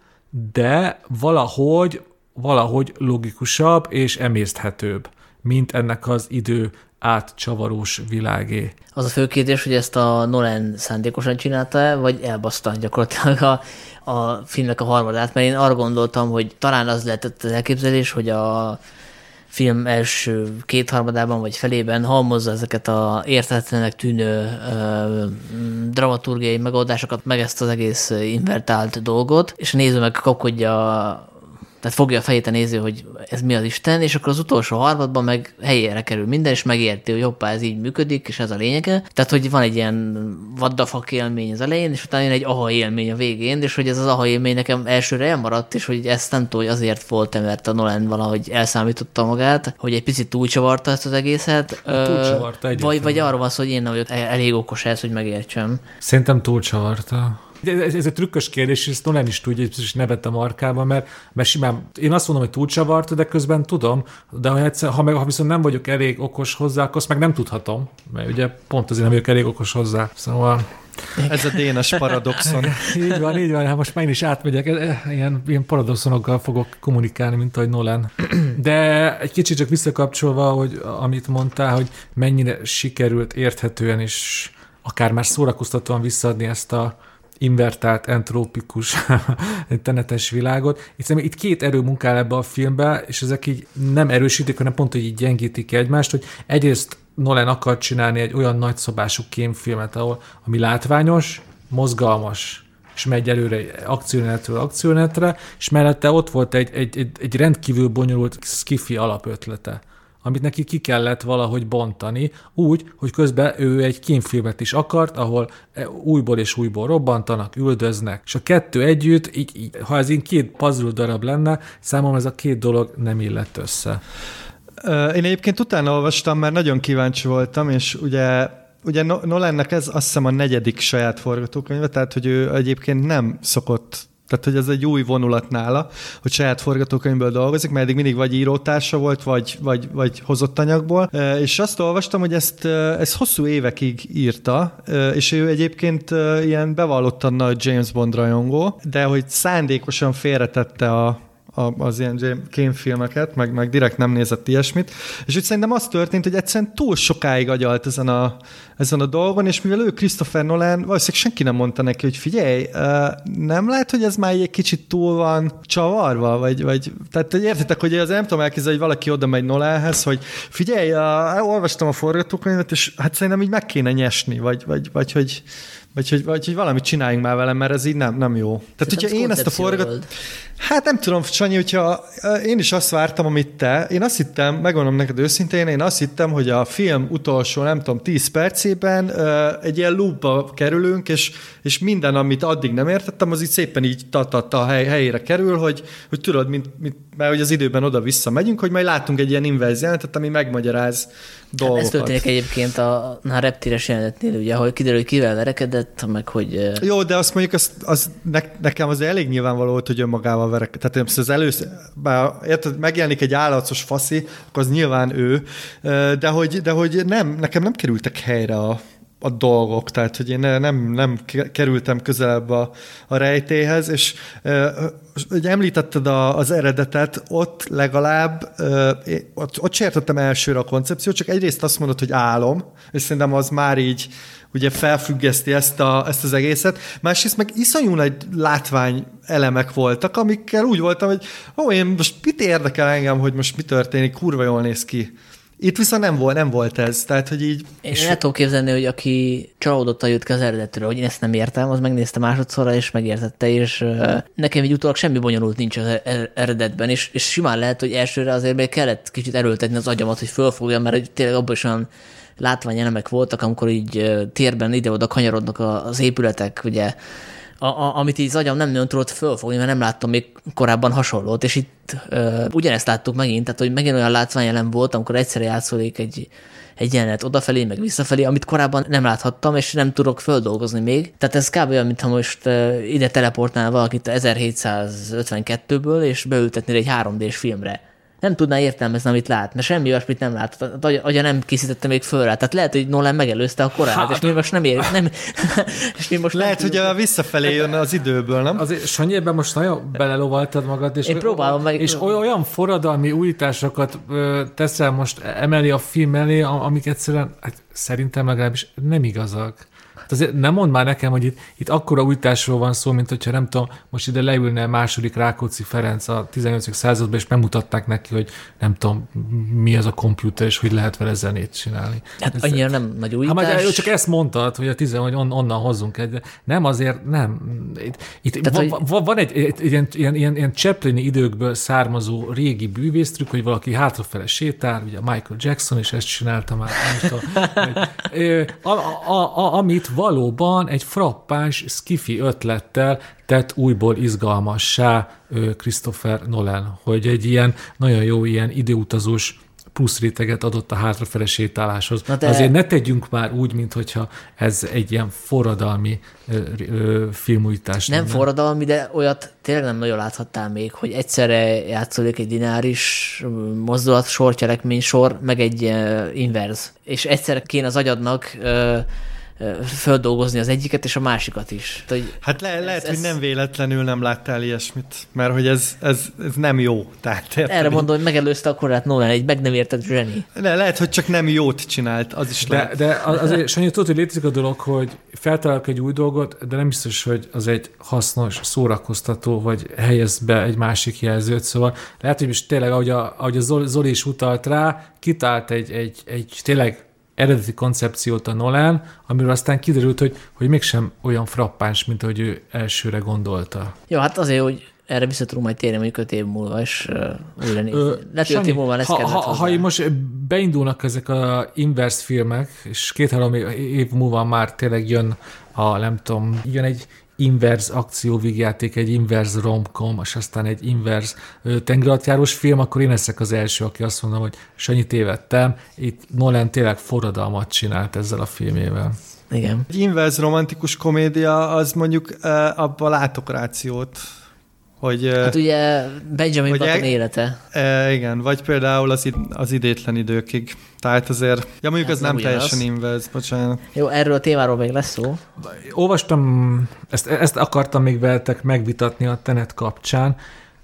de valahogy, valahogy logikusabb és emészthetőbb, mint ennek az idő átcsavarós világé. Az a fő kérdés, hogy ezt a Nolan szándékosan csinálta, vagy elbaszta gyakorlatilag a, a filmnek a harmadát, mert én arra gondoltam, hogy talán az lehetett az elképzelés, hogy a film első kétharmadában vagy felében halmozza ezeket a érthetetlenek tűnő ö, dramaturgiai megoldásokat, meg ezt az egész invertált dolgot, és a néző meg kapkodja, tehát fogja a fejét a néző, hogy ez mi az Isten, és akkor az utolsó harmadban meg helyére kerül minden, és megérti, hogy hoppá, ez így működik, és ez a lényege. Tehát, hogy van egy ilyen what the fuck élmény az elején, és utána jön egy aha élmény a végén, és hogy ez az aha élmény nekem elsőre elmaradt, és hogy ezt nem tudom, hogy azért volt, mert a Nolan valahogy elszámította magát, hogy egy picit túlcsavarta ezt az egészet. Túlcsavarta vagy, vagy arról van szó, hogy én nem vagyok elég okos ez, hogy megértsem. Szerintem túlcsavarta. Ez, ez egy trükkös kérdés, és ezt Nolan is tudja, és nevet a markában, mert, mert simán, én azt mondom, hogy túlcsavart, de közben tudom, de ha, egyszer, ha, meg, ha viszont nem vagyok elég okos hozzá, akkor azt meg nem tudhatom, mert ugye pont azért nem vagyok elég okos hozzá. Szóval... Ez a Dénes paradoxon. Így van, így van, hát most már én is átmegyek, ilyen, ilyen paradoxonokkal fogok kommunikálni, mint ahogy Nolan. De egy kicsit csak visszakapcsolva, hogy amit mondtál, hogy mennyire sikerült érthetően és akár már szórakoztatóan visszaadni ezt a invertált, entrópikus tenetes világot. Itt, itt két erő munkál ebbe a filmbe, és ezek így nem erősítik, hanem pont, hogy így gyengítik egymást, hogy egyrészt Nolan akar csinálni egy olyan nagyszabású kémfilmet, ahol, ami látványos, mozgalmas, és megy előre akciónetről akciónetre, és mellette ott volt egy, egy, egy, egy rendkívül bonyolult sci-fi alapötlete, amit neki ki kellett valahogy bontani, úgy, hogy közben ő egy kémfilmet is akart, ahol újból és újból robbantanak, üldöznek, és a kettő együtt, így, így, ha ez így két puzzle darab lenne, számomra ez a két dolog nem illett össze. Én egyébként utána olvastam, mert nagyon kíváncsi voltam, és ugye, ugye Nolannek ez azt hiszem a negyedik saját forgatókönyve, tehát hogy ő egyébként nem szokott, tehát hogy ez egy új vonulat nála, hogy saját forgatókönyvből dolgozik, mert eddig mindig vagy írótársa volt, vagy, vagy, vagy hozott anyagból, és azt olvastam, hogy ezt, ezt hosszú évekig írta, és ő egyébként ilyen bevallottan nagy James Bond rajongó, de hogy szándékosan félretette a az ilyen kémfilmeket, meg, meg direkt nem nézett ilyesmit, és úgy szerintem az történt, hogy egyszerűen túl sokáig agyalt ezen a, ezen a dolgon, és mivel ő Christopher Nolan, valószínűleg senki nem mondta neki, hogy figyelj, nem lehet, hogy ez már egy kicsit túl van csavarva, vagy, vagy tehát hogy értitek, hogy az nem tudom elképzelni, hogy valaki oda megy Nolanhez, hogy figyelj, olvastam a forgatókönyvet, és hát szerintem így meg kéne nyesni, vagy, vagy, vagy hogy Vagy hogy, vagy hogy valamit csináljunk már velem, mert ez így nem, nem jó. Tehát, hogyha én ezt a forgat... Hát nem tudom, Sanyi, hogyha én is azt vártam, amit te. Én azt hittem, megmondom neked őszintén, én azt hittem, hogy a film utolsó, nem tudom, tíz percében egy ilyen loopba kerülünk, és, és minden, amit addig nem értettem, az így szépen így ta-ta-ta hely, helyére kerül, hogy, hogy tudod, mint, mint, mert hogy az időben oda-vissza megyünk, hogy majd látunk egy ilyen inverz jelenetet, ami megmagyaráz dolgokat. Ez történik egyébként a, a reptéres jelenetnél, ugye, ahol kiderül, hogy kivel verekedett, meg hogy... Jó, de azt mondjuk, az, az ne, nekem az elég nyilvánvaló volt, hogy önmagával verekedett. Tehát az először, bár érted, megjelenik egy állatos faszi, akkor az nyilván ő, de hogy, de hogy nem, nekem nem kerültek helyre a, a dolgok, tehát hogy én nem, nem kerültem közelebb a, a rejtélyhez, és hogy említetted a, az eredetet, ott legalább, ott, ott sértettem elsőre a koncepciót, csak egyrészt azt mondod, hogy álom, és szerintem az már így ugye felfüggeszti ezt, a, ezt az egészet. Másrészt meg iszonyú nagy látvány elemek voltak, amikkel úgy voltam, hogy ó, én most mit érdekel engem, hogy most mi történik, kurva jól néz ki. Itt viszont nem volt, nem volt ez, tehát, hogy így... Én el tudom képzelni, hogy aki csalódottan jött ki az eredetről, hogy én ezt nem értem, az megnézte másodszorra, és megértette, és uh, nekem így utólag semmi bonyolult nincs az eredetben, és, és simán lehet, hogy elsőre azért még kellett kicsit erőltetni az agyamat, hogy fölfogjam, mert hogy tényleg abban is olyan látványelemek voltak, amikor így uh, térben ide-oda kanyarodnak az épületek, ugye, a, a, amit így az agyam nem nagyon tudott fölfogni, mert nem láttam még korábban hasonlót, és itt uh, ugyanezt láttuk megint, tehát hogy megint olyan látványelem volt, amikor egyszerre játszódik egy, egy jelenet odafelé, meg visszafelé, amit korábban nem láthattam, és nem tudok földolgozni még. Tehát ez kb. Olyan, mintha most uh, ide teleportnál valakit ezerhétszázötvenkettőből, és beültetnél egy három dés filmre. Nem tudná értelmezni, amit lát, mert semmi olyasmit nem lát. Az agya nem készítette még föl rá. Tehát lehet, hogy Nolan megelőzte a korát, hát, és mi most nem ér, nem, és mi most lehet, nem hogy a visszafelé jön az időből, nem? Azért, Sanyi, ebben most nagyon belelovaltad magad, és, én próbálom meg... és olyan forradalmi újításokat ö, teszel most emeli a film elé, amik egyszerűen, hát szerintem legalábbis nem igazak. Azért nem mondd már nekem, hogy itt, itt akkora újításról van szó, mint hogyha nem tudom, most ide leülne második Rákóczi Ferenc a tizennyolcadik században, és megmutatták neki, hogy nem tudom, mi az a komputer, és hogy lehet vele zenét csinálni. Hát ez annyira nem nagy újítás. Hát csak ezt mondtad, hogy a tizen, hogy on, onnan hozzunk egy, nem azért, nem. Itt, itt Tehát, va, va, van egy, egy ilyen, ilyen, ilyen, ilyen Chaplini időkből származó régi bűvésztrükk, hogy valaki hátrafele sétál, ugye Michael Jackson is ezt csinálta már, nem tudom, hogy, a, a, a, amit valóban egy frappáns skifi ötlettel tett újból izgalmassá Christopher Nolan, hogy egy ilyen nagyon jó ilyen időutazós plusz réteget adott a hátrafele sétáláshoz. de... Azért ne tegyünk már úgy, mintha ez egy ilyen forradalmi ö, ö, filmújítás. Nem lenne. forradalmi, de olyat tényleg nem nagyon láthattál még, hogy egyszerre játszódik egy lineáris mozdulat, sor, cselekmény, sor, meg egy uh, inverz. És egyszerre kéne az agyadnak uh, földolgozni az egyiket és a másikat is. Hogy hát le, ez, lehet, ez... hogy nem véletlenül nem láttál ilyesmit, mert hogy ez, ez, ez nem jó. Tehát, erre mondom, hogy megelőzte a korát Nolan, egy meg nem értett zseni. Le, lehet, hogy csak nem jót csinált, az is de, lehet. de azért, Sanyi, tudod, hogy létezik a dolog, hogy feltalálok egy új dolgot, de nem biztos, hogy az egy hasznos, szórakoztató, vagy helyez be egy másik jelzőt. Szóval lehet, hogy most tényleg, ahogy a, ahogy a Zoli is utalt rá, kitalált egy, egy, egy tényleg eredeti koncepciót a Nolan, amiről aztán kiderült, hogy, hogy mégsem olyan frappáns, mint ahogy ő elsőre gondolta. Jó, hát azért, hogy erre vissza tudunk majd térni mondjuk öt év múlva, és uh, újra nézni. Lehet, hogy öt év múlva lesz ha, kedvet ha, hozzá. ha most beindulnak ezek a inverse filmek, és két-három év múlva már tényleg jön a, nem tudom, jön egy inverse akcióvígjáték, egy inverse romcom, és aztán egy inverse tengeralattjárós film, akkor én leszek az első, aki azt mondom, hogy Sanyi, tévedtem, itt Nolan tényleg forradalmat csinált ezzel a filmével. Igen. Egy inverse romantikus komédia, az mondjuk uh, abban látok rációt. Hogy, hát ugye Benjamin Button el, élete. E, igen, vagy például az, id, az idétlen időkig. Tehát azért, ja mondjuk ez, ez nem, nem teljesen inverse, bocsánat. Jó, erről a témáról még lesz szó. Olvastam, ezt, ezt akartam még veletek megvitatni a Tenet kapcsán,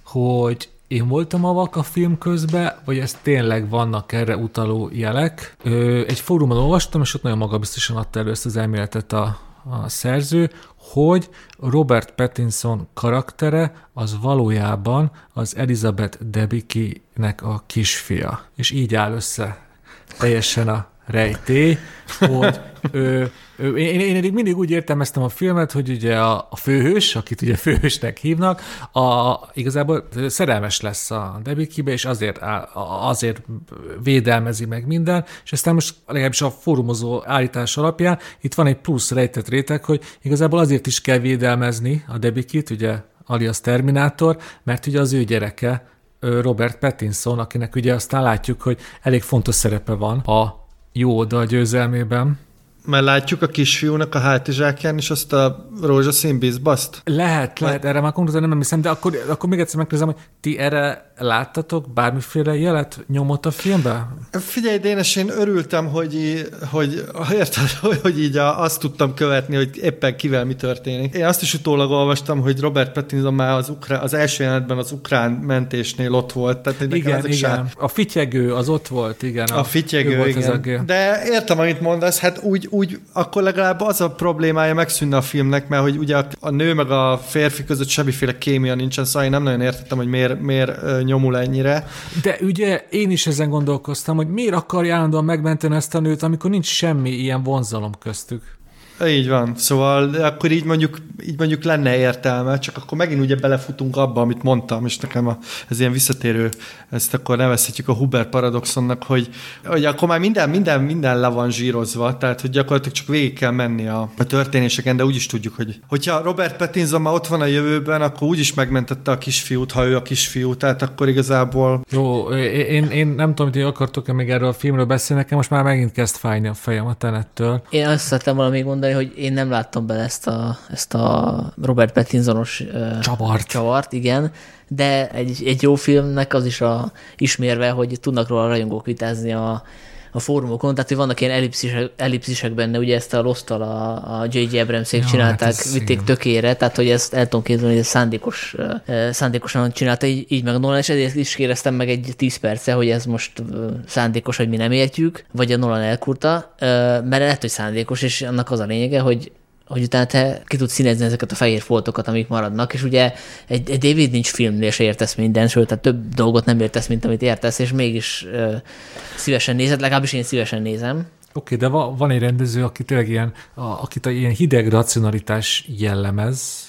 hogy én voltam a vak a film közben, vagy ez tényleg vannak erre utaló jelek. Ö, egy fórumon olvastam, és ott nagyon magabiztosan adta elő ezt az elméletet a, a szerző, hogy Robert Pattinson karaktere az valójában az Elizabeth Debicki-nek a kisfia. És így áll össze teljesen a rejtély, hogy ő, ő, én, én eddig mindig úgy értelmeztem a filmet, hogy ugye a, a főhős, akit ugye főhősnek hívnak, a, igazából szerelmes lesz a Debickibe, és azért, áll, azért védelmezi meg minden, és aztán most legalábbis a fórumozó állítás alapján itt van egy plusz rejtett réteg, hogy igazából azért is kell védelmezni a Debickit, ugye alias Terminátor, mert ugye az ő gyereke Robert Pattinson, akinek ugye aztán látjuk, hogy elég fontos szerepe van a jó oldal győzelmében. Mert látjuk a kisfiúnak a hátizsákján is azt a rózsaszín bizbaszt? Lehet, lehet, erre már konkrétan nem emlékszem, de akkor, akkor még egyszer megkérdezem, hogy ti erre láttatok bármiféle jelet, nyomot a filmben? Figyelj, Dénes, én örültem, hogy, hogy érted, hogy így azt tudtam követni, hogy éppen kivel mi történik. Én azt is utólag olvastam, hogy Robert Pattinson már az, ukrán, az első jelenetben az ukrán mentésnél ott volt. Tehát, igen, igen. Sár... A fityegő az ott volt, igen. A, a fityegő, igen. De értem, amit mondasz, hát úgy, úgy akkor legalább az a problémája megszűnne a filmnek, mert hogy ugye a nő meg a férfi között semmiféle kémia nincsen, szóval én nem nagyon értettem, hogy miért, miért nyomul ennyire. De ugye én is ezen gondolkoztam, hogy miért akarja állandóan megmenteni ezt a nőt, amikor nincs semmi ilyen vonzalom köztük. Így van, szóval akkor így mondjuk, így mondjuk lenne értelme, csak akkor megint ugye belefutunk abba, amit mondtam, és nekem a, ez ilyen visszatérő, ezt akkor nevezhetjük a Huber paradoxonnak, hogy, hogy akkor már minden, minden, minden le van zsírozva, tehát hogy gyakorlatilag csak végig kell menni a, a történéseken, de úgy is tudjuk, hogy hogyha Robert Pattinson már ott van a jövőben, akkor úgyis megmentette a kisfiút, ha ő a kisfiú, tehát akkor igazából... Jó, én, én nem tudom, hogy akartok-e még erről a filmről beszélni, nekem most már megint kezd fájni a fejem a Tenettől. Én azt szerettem volna még mondani, hogy én nem láttam bele ezt a, ezt a Robert Pattinsonos uh, csavart. csavart, igen, de egy, egy jó filmnek az is a ismérve, hogy tudnak róla a rajongók vitázni a, a fórumokon, tehát hogy vannak ilyen ellipszisek, ellipszisek benne, ugye ezt a Lost-tal a, a jé jé Abramsék ja, csinálták, hát vitték igen. tökére, tehát hogy ezt el tudom képzelni, hogy ez szándékos, uh, szándékosan csinálta, így, így meg Nolan, és ezért is kérdeztem meg egy tíz perce, hogy ez most uh, szándékos, hogy mi nem értjük, vagy a Nolan elkurta, uh, mert lehet, hogy szándékos, és annak az a lényege, hogy hogy utána te ki tudsz színezni ezeket a fehér foltokat, amik maradnak, és ugye egy, egy David Lynch filmnél se értesz minden, sőt, tehát több dolgot nem értesz, mint amit értesz, és mégis uh, szívesen nézed, legalábbis én szívesen nézem. Oké, okay, de va, van egy rendező, aki tényleg ilyen, a, akit a ilyen hideg racionalitás jellemez,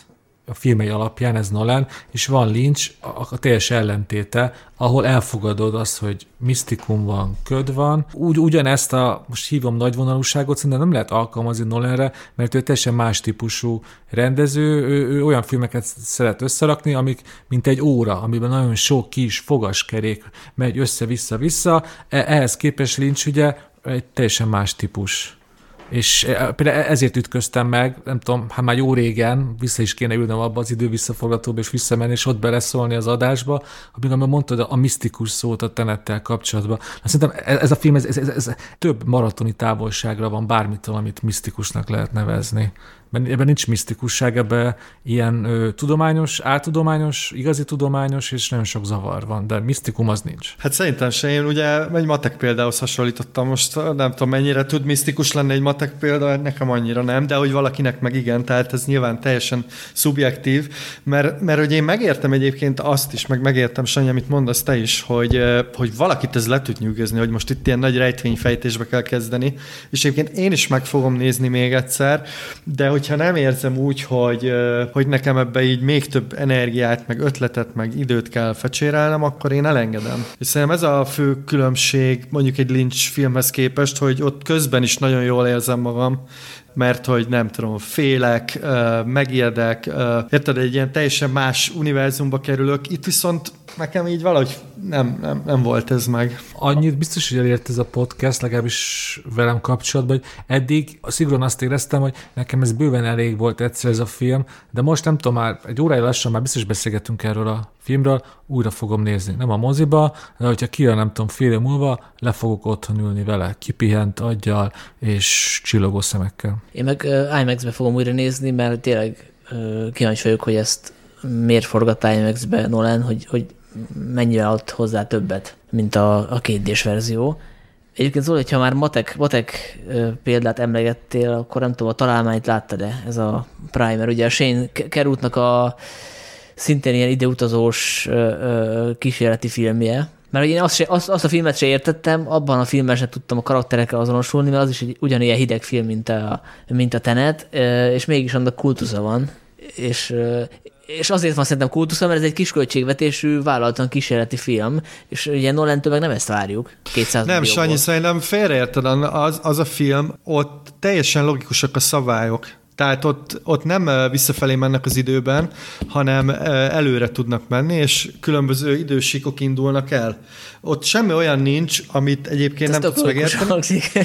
a filmei alapján, ez Nolan, és van Lynch, a, a teljes ellentéte, ahol elfogadod azt, hogy misztikum van, köd van. Úgy, ugyanezt a, most hívom nagyvonalúságot, szerintem nem lehet alkalmazni Nolanre, mert ő teljesen más típusú rendező, ő, ő olyan filmeket szeret összerakni, amik mint egy óra, amiben nagyon sok kis fogaskerék megy össze-vissza-vissza. Ehhez képest Lynch ugye egy teljesen más típus. És például ezért ütköztem meg, nem tudom, hát már jó régen, vissza is kéne ülnem abba az idővisszaforgatóba, és visszamenni, és ott beleszólni az adásba, amikor mondtad a misztikus szót a Tenettel kapcsolatban. Szerintem ez a film, ez, ez, ez, ez több maratoni távolságra van bármitől, amit misztikusnak lehet nevezni. Ebben nincs misztikusság, ebben ilyen ö, tudományos, áltudományos, igazi tudományos, és nagyon sok zavar van, de misztikum az nincs. Hát szerintem se. Én ugye egy matek példához hasonlítottam most, nem tudom mennyire tud misztikus lenni egy matek példa, nekem annyira nem, de hogy valakinek meg igen, tehát ez nyilván teljesen szubjektív, mert, mert hogy én megértem egyébként azt is, meg megértem, Sanyi, amit mondasz te is, hogy, hogy valakit ez le tud nyűgözni, hogy most itt ilyen nagy rejtvényfejtésbe kell kezdeni, és egyébként én is meg fogom nézni még egyszer, de hogy hogyha nem érzem úgy, hogy, hogy nekem ebbe így még több energiát, meg ötletet, meg időt kell fecsérelnem, akkor én elengedem. És szerintem ez a fő különbség mondjuk egy Lynch filmhez képest, hogy ott közben is nagyon jól érzem magam, mert hogy nem tudom, félek, megijedek, érted, egy ilyen teljesen más univerzumba kerülök, itt viszont nekem így valahogy nem, nem, nem volt ez meg. Annyit biztos, hogy elért ez a podcast, legalábbis velem kapcsolatban, hogy eddig szigorúan azt éreztem, hogy nekem ez bőven elég volt egyszer ez a film, de most nem tudom, már egy órája lassan már biztos beszélgetünk erről a filmről, újra fogom nézni. Nem a moziba, de hogyha kijön, nem tudom, fél év múlva, le fogok otthon ülni vele, kipihent aggyal és csillogó szemekkel. Én meg uh, IMAX-be fogom újra nézni, mert tényleg uh, kíváncsi vagyok, hogy ezt miért forgatta IMAX-be Nolan, hogy, hogy mennyire ad hozzá többet, mint a, a kétdés verzió. Egyébként Zoli, hogyha már matek, matek uh, példát emlegettél, akkor nem tudom, a találmányt láttad-e, ez a Primer, ugye a Shane Carruthnak a szintén ilyen ideutazós ö, ö, kísérleti filmje. Mert én azt, se, azt, azt a filmet se értettem, abban a filmben sem tudtam a karakterekkel azonosulni, mert az is egy ugyanilyen hideg film, mint a, mint a Tenet, és mégis annak kultusza van. És, és azért van szerintem kultusza, mert ez egy kisköltségvetésű, vállaltan kísérleti film, és ugye Nolantől meg nem ezt várjuk. kétszáz nem, Sanyi, szerintem félreérted, az, az a film, ott teljesen logikusak a szabályok. Tehát ott, ott nem visszafelé mennek az időben, hanem előre tudnak menni, és különböző idősíkok indulnak el. Ott semmi olyan nincs, amit egyébként nem tudsz megérteni.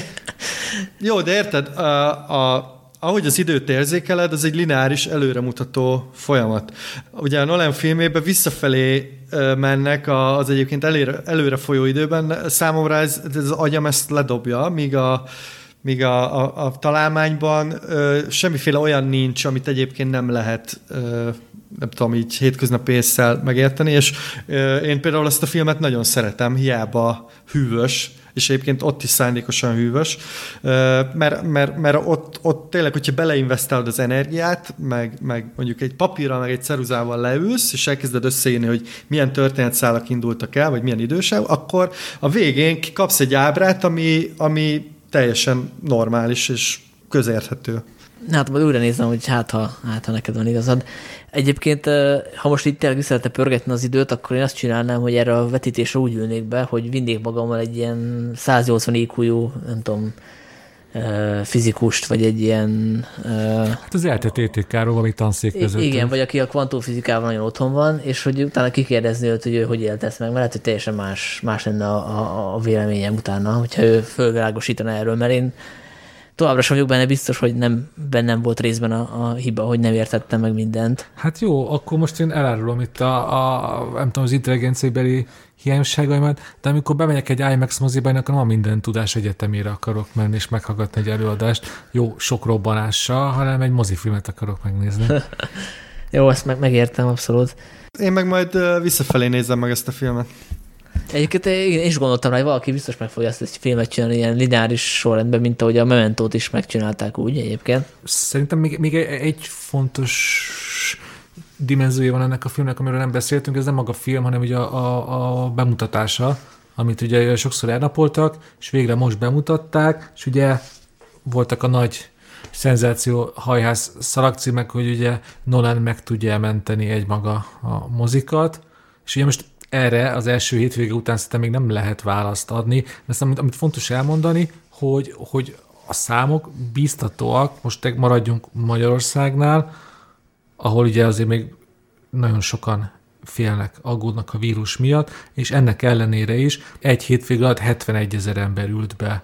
Jó, de érted, a, a, ahogy az időt érzékeled, az egy lineáris előremutató folyamat. Ugye a Nolan filmében visszafelé mennek az egyébként előre, előre folyó időben. Számomra ez, ez az agyam ezt ledobja, míg a míg a, a, a találmányban ö, semmiféle olyan nincs, amit egyébként nem lehet, ö, nem tudom, így hétköznapi ésszel megérteni, és ö, én például ezt a filmet nagyon szeretem, hiába hűvös, és egyébként ott is szándékosan hűvös, ö, mert, mert, mert ott, ott tényleg, hogyha beleinvestálod az energiát, meg, meg mondjuk egy papírral, meg egy ceruzával leülsz, és elkezded összeírni, hogy milyen történetszálak indultak el, vagy milyen idősáv, akkor a végén kapsz egy ábrát, ami, ami teljesen normális és közérthető. Hát majd újra nézem, hogy hát ha, hát, ha neked van igazad. Egyébként, ha most itt tényleg vissza lehetne pörgetni az időt, akkor én azt csinálnám, hogy erre a vetítésre úgy ülnék be, hogy vinnék magammal egy ilyen száznyolcvan í kú-jú, nem tudom, fizikust, vagy egy ilyen... Hát az eltett té té ká-ról valami tanszékvezető. Igen, vagy aki a kvantumfizikával nagyon otthon van, és hogy utána kikérdezni őt, hogy ő hogy élt ezt meg, mert lehet, hogy teljesen más, más lenne a, a, a véleményem utána, hogyha ő fölvilágosítana erről, mert én továbbra sem vagyok benne biztos, hogy nem, bennem volt részben a, a hiba, hogy nem értettem meg mindent. Hát jó, akkor most én elárulom itt a, a nem tudom, az intelligenciabeli hiányosságaimat, de amikor bemegyek egy IMAX moziba, én akkor nem a minden tudás egyetemére akarok menni és meghallgatni egy előadást, jó, sok robbanással, hanem egy mozifilmet akarok megnézni. Jó, ezt meg, megértem abszolút. Én meg majd visszafelé nézem meg ezt a filmet. Egyébként én is gondoltam rá, hogy valaki biztos meg fogja ezt a filmet csinálni ilyen lineáris sorrendben, mint ahogy a Mementót is megcsinálták úgy egyébként. Szerintem még, még egy fontos dimenziója van ennek a filmnek, amiről nem beszéltünk, ez nem maga a film, hanem ugye a, a, a bemutatása, amit ugye sokszor elnapoltak, és végre most bemutatták, és ugye voltak a nagy szenzáció hajház szalagcímek, hogy ugye Nolan meg tudja menteni egymaga a mozikat, és ugye most erre az első hétvége után szerintem még nem lehet választ adni, de amit, amit fontos elmondani, hogy, hogy a számok bíztatóak, most maradjunk Magyarországnál, ahol ugye azért még nagyon sokan félnek, aggódnak a vírus miatt, és ennek ellenére is egy hétvége alatt hetvenegy ezer ember ült be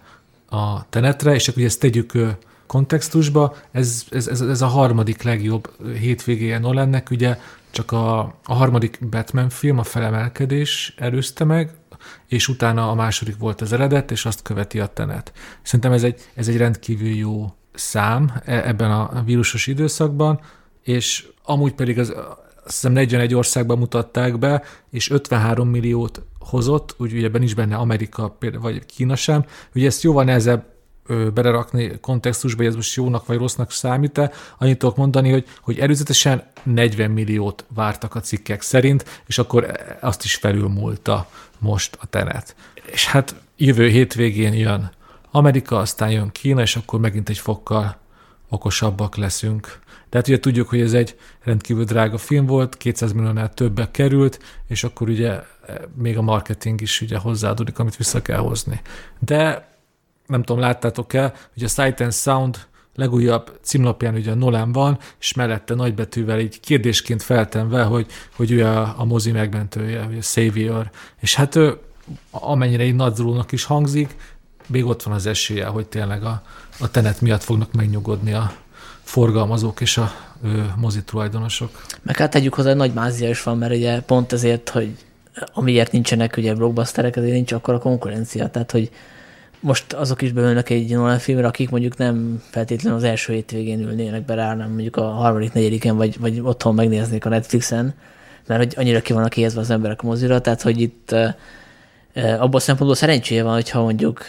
a Tenetre, és akkor ugye ezt tegyük kontextusba, ez, ez, ez, ez a harmadik legjobb hétvégéje Nolannek, ugye csak a, a harmadik Batman film, a Felemelkedés előzte meg, és utána a második volt az eredet, és azt követi a Tenet. Szerintem ez egy, ez egy rendkívül jó szám ebben a vírusos időszakban, és amúgy pedig az, azt hiszem negyvenegy országban mutatták be, és ötvenhárom milliót hozott, úgy ugye nincs benne Amerika vagy Kína sem. Ugye ezt jóval nehezebb belerakni kontextusba, hogy ez most jónak vagy rossznak számít-e. Annyit tudok mondani, hogy, hogy előzetesen negyven milliót vártak a cikkek szerint, és akkor azt is felülmúlta most a Tenet. És hát jövő hétvégén jön Amerika, aztán jön Kína, és akkor megint egy fokkal okosabbak leszünk. Tehát ugye tudjuk, hogy ez egy rendkívül drága film volt, kétszáz milliónál többbe került, és akkor ugye még a marketing is ugye hozzáadódik, amit vissza kell hozni. De nem tudom, láttátok-e, hogy a Sight and Sound legújabb címlapján ugye a Nolan van, és mellette nagybetűvel így kérdésként feltenve, hogy, hogy ő a, a mozi megmentője, vagy a savior. És hát ő, amennyire így nagyzulónak is hangzik, még ott van az esélye, hogy tényleg a, a Tenet miatt fognak megnyugodni a forgalmazók és a ő, mozi tulajdonosok. Meg hát tegyük hozzá, hogy nagy mázia is van, mert ugye pont ezért, hogy amiért nincsenek ugye blockbusterek, ezért nincs akkor a konkurencia. Tehát, hogy most azok is beülnek egy Nolan filmre, akik mondjuk nem feltétlenül az első hétvégén ülnének be rá, hanem mondjuk a harmadik, negyediken, vagy, vagy otthon megnéznék a Netflixen, mert hogy annyira ki vannak éhezve az emberek a mozira, tehát hogy itt abban a szempontból szerencséje van, hogyha mondjuk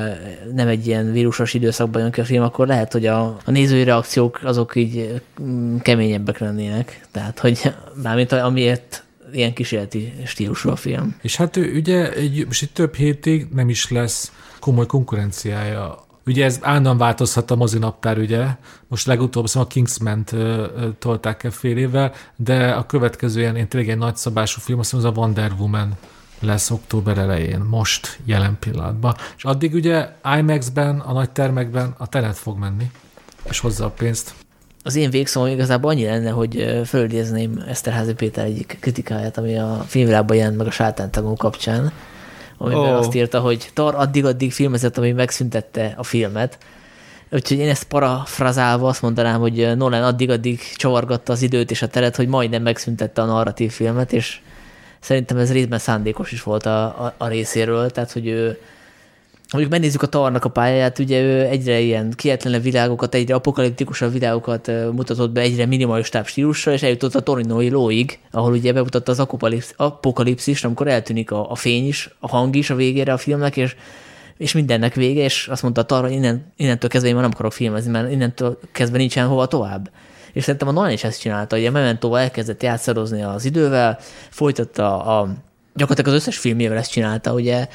nem egy ilyen vírusos időszakban jön ki a film, akkor lehet, hogy a, a nézői reakciók azok így keményebbek lennének. Tehát, hogy mármint amiért ilyen kísérleti stílusú a film. És hát ő ugye egy, most egy több hétig nem is lesz komoly konkurenciája. Ugye ez állandóan változhat a mozinaptár, ugye. Most legutóbb szóval a Kingsman-t uh, tolták el fél évvel, de a következő ilyen, én tényleg egy nagyszabású film, azt mondom, az a Wonder Woman lesz október elején, most, jelen pillanatban. És addig ugye IMAX-ben, a nagy termekben a Tenet fog menni, és hozza a pénzt. Az én végszóval igazából annyi lenne, hogy fölidézném Eszterházy Péter egyik kritikáját, ami a filmvilágban jelent meg a Sátántagó kapcsán, amiben oh. azt írta, hogy Tar addig-addig filmezett, ami megszüntette a filmet. Úgyhogy én ezt parafrazálva azt mondanám, hogy Nolan addig-addig csavargatta az időt és a teret, hogy majdnem megszüntette a narratív filmet, és szerintem ez részben szándékos is volt a, a, a részéről, tehát hogy ő, mondjuk megnézzük a Tarnak a pályáját, ugye ő egyre ilyen kietlenebb világokat, egyre apokaliptikusabb világokat mutatott be, egyre minimalistább stílussal, és eljutott a Torinói lóig, ahol ugye bemutatta az apokalipszist, amikor eltűnik a, a fény is, a hang is a végére a filmnek, és, és mindennek vége, és azt mondta a Tar, hogy innen, innentől kezdve én már nem akarok filmezni, mert innentől kezdve nincsen hova tovább. És szerintem a Nolan is ezt csinálta, hogy a Mementóval elkezdett játszadozni az idővel, folytatta a, gyakorlatilag az összes filmjével ezt csinálta, ugye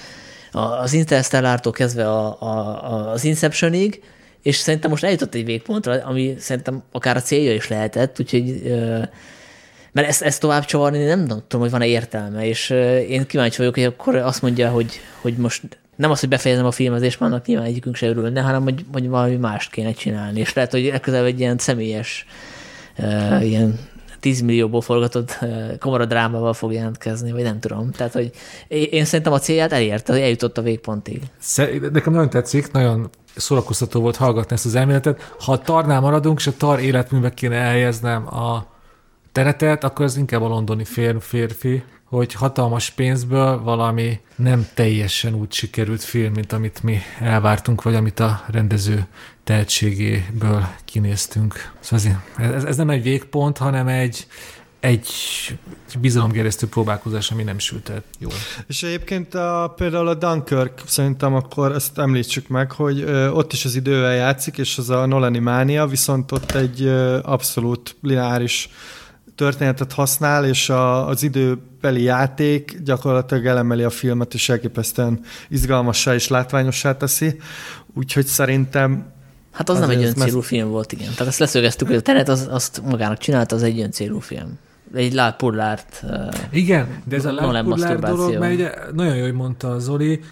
az Interstellártól kezdve a, a, az Inceptionig, és szerintem most eljutott egy végpontra, ami szerintem akár a célja is lehetett, úgyhogy mert ezt, ezt tovább csavarni nem tudom, hogy van-e értelme, és én kíváncsi vagyok, hogy akkor azt mondja, hogy, hogy most nem az, hogy befejezem a filmezést, már annak nyilván egyikünk se örülne, hanem hogy, hogy valami mást kéne csinálni, és lehet, hogy legközelebb egy ilyen személyes, uh, ilyen tíz millióból forgatott uh, komoradrámával fog jelentkezni, vagy nem tudom. Tehát, hogy én szerintem a célját elérte, hogy eljutott a végpontig. Nekem nagyon tetszik, nagyon szórakoztató volt hallgatni ezt az elméletet. Ha a Tarnál maradunk, és a Tar életműbe kéne eljeznem a Tenetet, akkor ez inkább a londoni fér, férfi, hogy hatalmas pénzből valami nem teljesen úgy sikerült film, mint amit mi elvártunk, vagy amit a rendező tehetségéből kinéztünk. Szóval ez, ez nem egy végpont, hanem egy, egy bizalomgerjesztő próbálkozás, ami nem sült el jól. És egyébként a, például a Dunkirk, szerintem akkor ezt említsük meg, hogy ö, ott is az idővel játszik, és az a Nolani mánia, viszont ott egy ö, abszolút lineáris történetet használ, és a, az időbeli játék gyakorlatilag elemeli a filmet, és elképesztően izgalmassá és látványossá teszi. Úgyhogy szerintem Hát az Azért nem egy ez öncélú messz- film volt, igen. Tehát ezt leszögeztük, hogy a Tenet az, azt magának csinálta, az egy öncélú film. Egy Lard Purlárt. Uh, Igen, de ez a Nolan Lard Purlár dolog, maszturbáció. mert ugye nagyon jó, hogy mondta Zoli,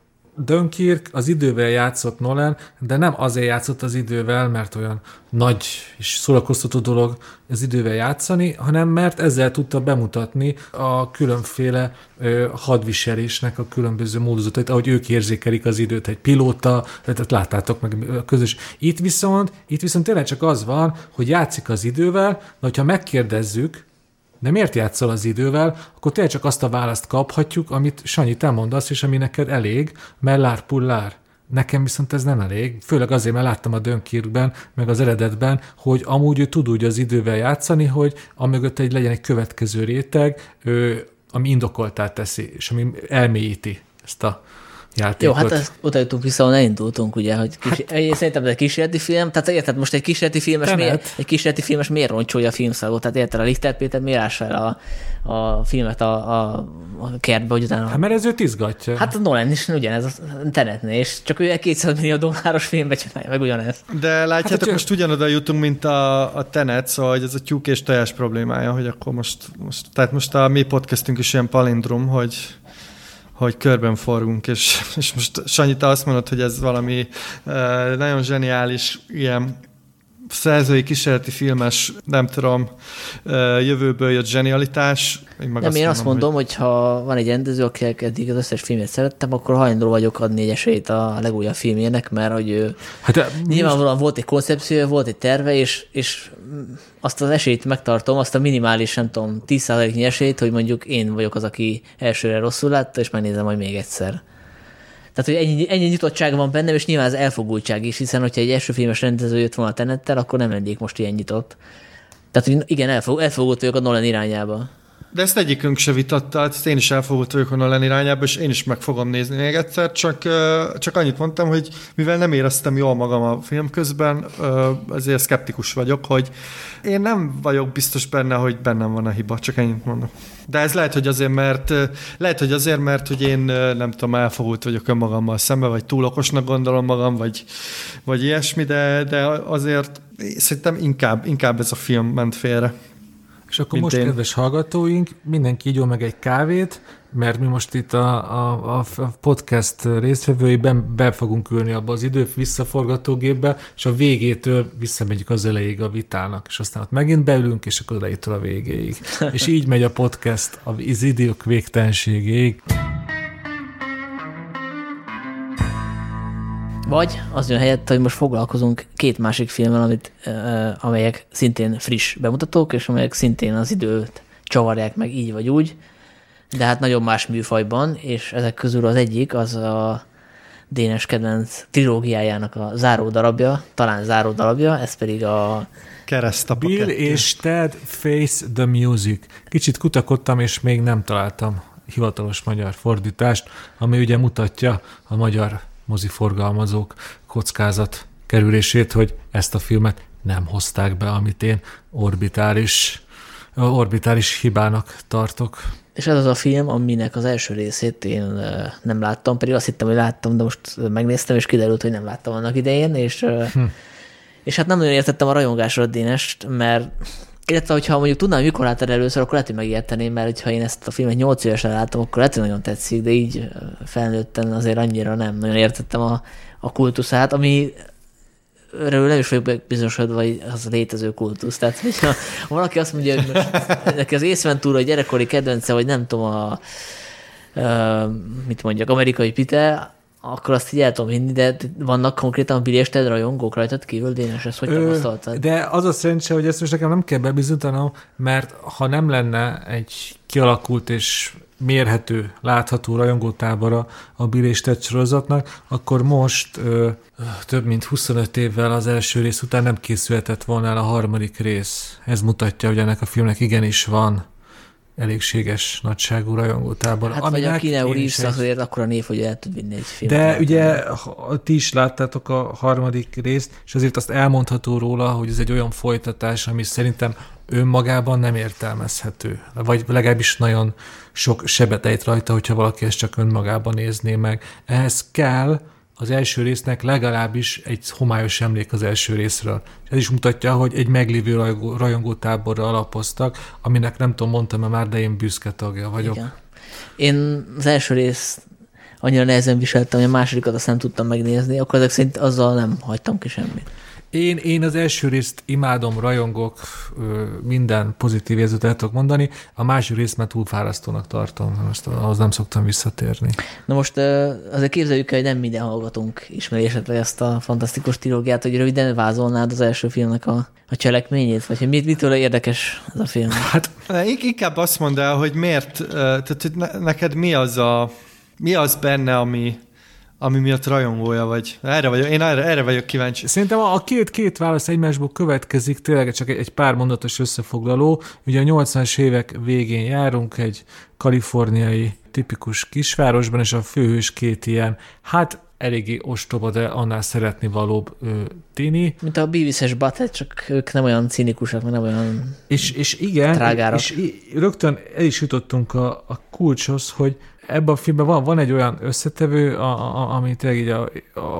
Dunkirk az idővel játszott Nolan, de nem azért játszott az idővel, mert olyan nagy és szórakoztató dolog az idővel játszani, hanem mert ezzel tudta bemutatni a különféle ö, hadviselésnek a különböző módozatait, ahogy ők érzékelik az időt, egy pilóta, tehát láttátok meg a közös. Itt viszont, itt viszont tényleg csak az van, hogy játszik az idővel, de hogyha megkérdezzük, de miért játszol az idővel, akkor tényleg csak azt a választ kaphatjuk, amit Sanyi, te mondasz, és ami neked elég, mert Lard Purlár. Nekem viszont ez nem elég, főleg azért, mert láttam a Dunkirkben, meg az eredetben, hogy amúgy ő tud úgy az idővel játszani, hogy amögött egy legyen egy következő réteg, ő, ami indokoltá teszi, és ami elmélyíti ezt a játékot. Jó, hát ezt, oda jutunk vissza, ahol elindultunk, ugye, hogy kis, hát, szerintem ez egy kísérleti film, tehát érted, most egy kísérleti filmes, miért, egy kísérleti filmes miért roncsolja a filmszagot, tehát érted, a Richter Péter miért ássa el a, a filmet a, a, a kertbe, hogy utána... Hát mert ez őt izgatja. Hát a Nolan is ugyanez a Tenetné, és csak ő egy kétszáz millió dolláros filmbe csinálja meg ugyanez. De látjátok, Hát, most ugyanoda jutunk, mint a, a Tenet, szóval hogy ez a tyúk és tojás problémája, hogy akkor most, most, tehát most a mi podcastünk is ilyen palindrum, hogy hogy körben forgunk, és, és most Sanyi, te azt mondod, hogy ez valami uh, nagyon zseniális ilyen szerzői kísérleti filmes, nem tudom, uh, jövőből jött zsenialitás. Nem, Én, meg azt azt én mondom, azt mondom, hogy... hogy ha van egy rendező, akinek eddig az összes filmét szerettem, akkor hajlandó vagyok adni egy esélyt a legújabb filmjének, mert hogy ő Hát, nyilvánvalóan volt egy koncepciója, volt egy terve, és, és azt az esélyt megtartom, azt a minimális, nem tudom, tíz százaléknyi esélyt, hogy mondjuk én vagyok az, aki elsőre rosszul látta, és megnézem majd még egyszer. Tehát, hogy ennyi, ennyi nyitottság van bennem, és nyilván ez elfogultság is, hiszen hogyha egy első filmes rendező jött volna a Tenettel, akkor nem lennék most ilyen nyitott. Tehát, hogy igen, elfog, elfogult vagyok a Nolan irányába. De ezt egyikünk se vitatta, ezt én is elfogult vagyok a Nolan irányába, és én is meg fogom nézni még egyszer, csak, csak annyit mondtam, hogy mivel nem éreztem jól magam a film közben, ezért szkeptikus vagyok, hogy én nem vagyok biztos benne, hogy bennem van a hiba, csak ennyit mondom. De ez lehet, hogy azért, mert lehet, hogy azért, mert hogy én nem tudom, elfogult vagyok önmagammal szemben, vagy túl okosnak gondolom magam, vagy, vagy ilyesmi, de, de azért szerintem inkább, inkább ez a film ment félre. És akkor most, én. Kedves hallgatóink, mindenki ígyol meg egy kávét, mert mi most itt a, a, a podcast résztvevőiben be fogunk ülni abba az idő visszaforgatógépbe, és a végétől visszamegyünk az elejéig a vitának, és aztán ott megint beülünk, és akkor elejétől a végéig. És így megy a podcast az idők végtelenségéig. Vagy az jön helyett, hogy most foglalkozunk két másik filmmel, amit, uh, amelyek szintén friss bemutatók, és amelyek szintén az időt csavarják meg így vagy úgy, de hát nagyon más műfajban, és ezek közül az egyik az a Dénes kedvenc trilógiájának a záró darabja, talán záró darabja, ez pedig a Keresztapa Bill kettő. és Ted Face the Music. Kicsit kutakodtam, és még nem találtam hivatalos magyar fordítást, ami ugye mutatja a magyar moziforgalmazók kockázat kerülését, hogy ezt a filmet nem hozták be, amit én orbitális, orbitális hibának tartok. És ez az a film, aminek az első részét én nem láttam, pedig azt hittem, hogy láttam, de most megnéztem, és kiderült, hogy nem láttam annak idején, és, hm. és hát nem nagyon értettem a rajongásra Dénest, mert illetve, hogyha mondjuk tudnám, mikor láttad először, akkor lehet, hogy megérteném, mert ha én ezt a filmet nyolc évesen láttam, akkor lehet, hogy nagyon tetszik, de így felnőtten azért annyira nem nagyon értettem a, a kultuszát, ami erről nem is vagyok bizonyosodva, hogy az létező kultusz. Tehát, hogyha valaki azt mondja, hogy most neki az Ace Ventura a gyerekkori kedvence, vagy nem tudom, a, a, mit mondjak, amerikai Pite, akkor azt így el tudom hinni, de vannak konkrétan Billy és Ted rajongók rajtad kívül, Dénes, ezt hogy tapasztaltad? De az a szerencse, hogy ezt most nekem nem kell bebizonyítanom, mert ha nem lenne egy kialakult és mérhető, látható rajongótábora a Bill és Ted sorozatnak, akkor most ö, több mint huszonöt évvel az első rész után nem készülhetett volna el a harmadik rész. Ez mutatja, hogy ennek a filmnek igenis van elégséges nagyságú rajongótábor. Hát vagy a Keanu Reeves azért akkora név, hogy el tud vinni egy filmet. De ugye ti is láttátok a harmadik részt, és azért azt elmondható róla, hogy ez egy olyan folytatás, ami szerintem önmagában nem értelmezhető. Vagy legalábbis nagyon sok sebet ejt rajta, hogyha valaki ezt csak önmagában nézné meg. Ehhez kell az első résznek legalábbis egy homályos emlék az első részről. És ez is mutatja, hogy egy meglévő rajongó, rajongótáborra alapoztak, aminek nem tudom, mondtam már, de én büszke tagja vagyok. Igen. Én az első rész annyira nehezen viseltem, hogy a másodikat azt nem tudtam megnézni, akkor ezek szerint azzal nem hagytam ki semmit. Én, én az első részt imádom, rajongok, minden pozitív érzőt el tudok mondani, a másik részt már túlfárasztónak tartom, most ahhoz nem szoktam visszatérni. Na most azért képzeljük el, hogy nem minden hallgatónk ismeri esetleg ezt a fantasztikus trilógiát, hogy röviden vázolnád az első filmnek a, a cselekményét, vagy hogy mit, mitől érdekes ez a film? Hát inkább azt mondd el, hogy miért, tehát neked mi az a, mi az benne, ami ami miatt rajongója vagy. Erre vagyok, én erre, erre vagyok kíváncsi. Szerintem a két, két válasz egymásból következik, tényleg csak egy, egy pár mondatos összefoglaló. Ugye a nyolcvanas évek végén járunk egy kaliforniai tipikus kisvárosban, és a főhős két ilyen, hát eléggé ostoba, de annál szeretni valóbb ö, tini. Mint a Beavis-es Butthead, csak ők nem olyan cinikusak, mert nem olyan és, és igen, trágárak. És, és rögtön el is jutottunk a, a kulcshoz, hogy ebben a filmben van, van egy olyan összetevő, a, a, ami tényleg így a, a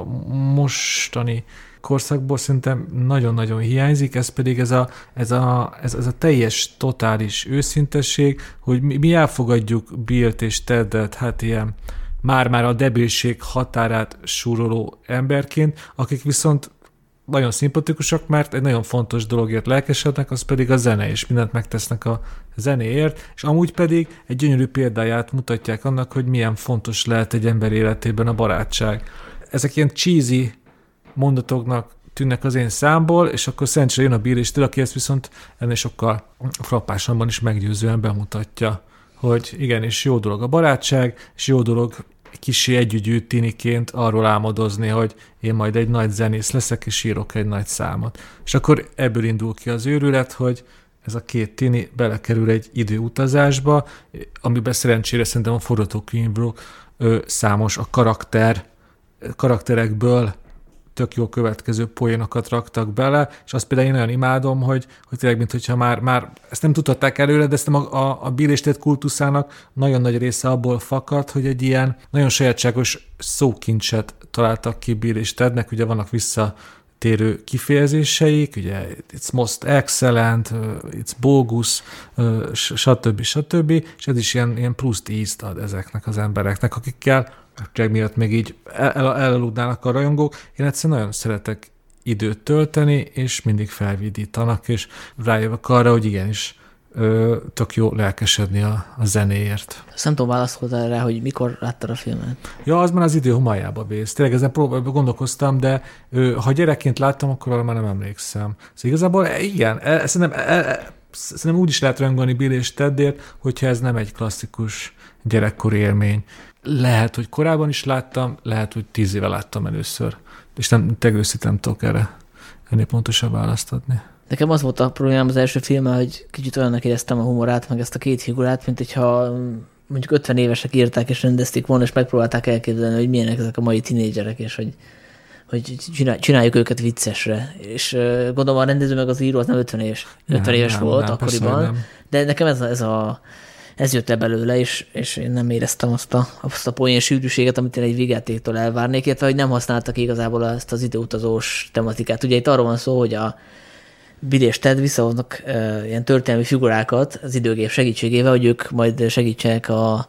mostani korszakból szerintem nagyon-nagyon hiányzik, ez pedig ez a, ez a, ez, ez a teljes, totális őszintesség, hogy mi, mi elfogadjuk Billt és Tedet, hát ilyen már-már a debilség határát súroló emberként, akik viszont nagyon szimpatikusak, mert egy nagyon fontos dologért lelkesednek, az pedig a zene, és mindent megtesznek a zenéért, és amúgy pedig egy gyönyörű példáját mutatják annak, hogy milyen fontos lehet egy ember életében a barátság. Ezek ilyen cheesy mondatoknak tűnnek az én számból, és akkor szerencsére jön a Bill és Ted, aki ezt viszont ennél sokkal frappásabban is meggyőzően bemutatja, hogy igenis jó dolog a barátság, és jó dolog kicsi együgyű tiniként arról álmodozni, hogy én majd egy nagy zenész leszek, és írok egy nagy számot. És akkor ebből indul ki az őrület, hogy ez a két tini belekerül egy időutazásba, amiben szerencsére szerintem a forgatókönyvből számos a karakter, karakterekből tök jó következő poénokat raktak bele, és azt például én nagyon imádom, hogy, hogy tényleg, mint hogyha már, már ezt nem tudhatták előre, de ezt a, a, a Bill és Ted kultuszának nagyon nagy része abból fakad, hogy egy ilyen nagyon sajátságos szókincset találtak ki Bill és Tednek, ugye vannak visszatérő kifejezéseik, ugye it's most excellent, it's bogus, stb. stb. És ez is ilyen, ilyen pluszt ízt ad ezeknek az embereknek, akikkel csak miatt még így el, elaludnának a rajongók. Én egyszerűen nagyon szeretek időt tölteni, és mindig felvidítanak, és rájövök arra, hogy igenis ö, tök jó lelkesedni a, a zenéért. Azt nem tudom, válaszoltál rá, hogy mikor láttad a filmet? Ja, az már az idő homályába vész. Tényleg ezen prób- gondolkoztam, de ö, ha gyerekként láttam, akkor arra már nem emlékszem. Szóval igazából igen, e, szerintem, e, szerintem úgy is lehet rajongolni Bill és Tedért, hogyha ez nem egy klasszikus gyerekkori élmény. Lehet, hogy korábban is láttam, lehet, hogy tíz éve láttam először. És nem, te őszintén nem tudok erre ennél pontosabb választ adni. Nekem az volt a problémám az első filmmel, hogy kicsit olyannak éreztem a humorát, meg ezt a két figurát, mint hogyha mondjuk ötven évesek írták és rendezték volna, és megpróbálták elképzelni, hogy milyenek ezek a mai tinédzserek, és hogy, hogy csináljuk őket viccesre. És gondolom a rendező meg az író az nem ötven éves, ötven nem, éves nem, volt nem, akkoriban, persze, de nekem ez a, ez a Ez jött le belőle, és, és én nem éreztem azt a, azt a poén sűrűséget, amit én egy végjátéktól elvárnék, illetve hogy nem használtak igazából ezt az időutazós tematikát. Ugye itt arról van szó, hogy a Bill és Ted visszahoznak e, ilyen történelmi figurákat az időgép segítségével, hogy ők majd segítsenek a,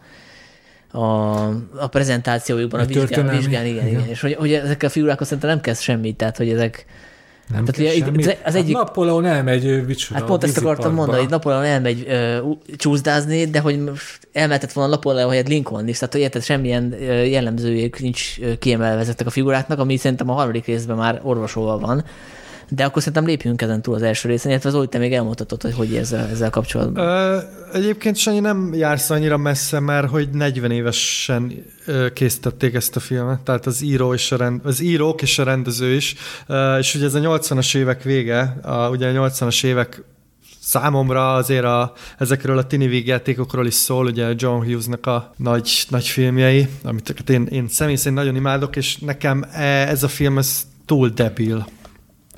a, a prezentációjukban, a, a vizsgán, vizsgán igen, igen. igen. És hogy, hogy ezekkel a figurákkal szerintem nem kezd semmit, tehát hogy ezek Nem tehát, ugye, az egyik... hát Napóleon elmegy vicsoda. Hát pont ezt akartam mondani, hogy Napóleon elmegy uh, csúszdázni, de hogy elmehetett volna Napóleon helyett Lincoln is, tehát hogy érted, semmilyen uh, jellemzőjük nincs uh, kiemelve ezeknek a figuráknak, ami szerintem a harmadik részben már orvosolva van. De akkor szerintem lépjünk ezen túl az első részen, illetve Zoli, te még elmondhatod, hogy hogy ezzel, ezzel kapcsolatban. Ö, egyébként Sanyi nem jársz annyira messze, mert hogy negyven évesen készítették ezt a filmet, tehát az, író és a rend, az írók és a rendező is, és ugye ez a nyolcvanas évek vége, a, ugye a nyolcvanas évek számomra azért a, ezekről a tini vígjátékokról is szól, ugye John Hughes-nak a nagy, nagy filmjei, amit én, én személy szerint nagyon imádok, és nekem ez a film ez túl debil.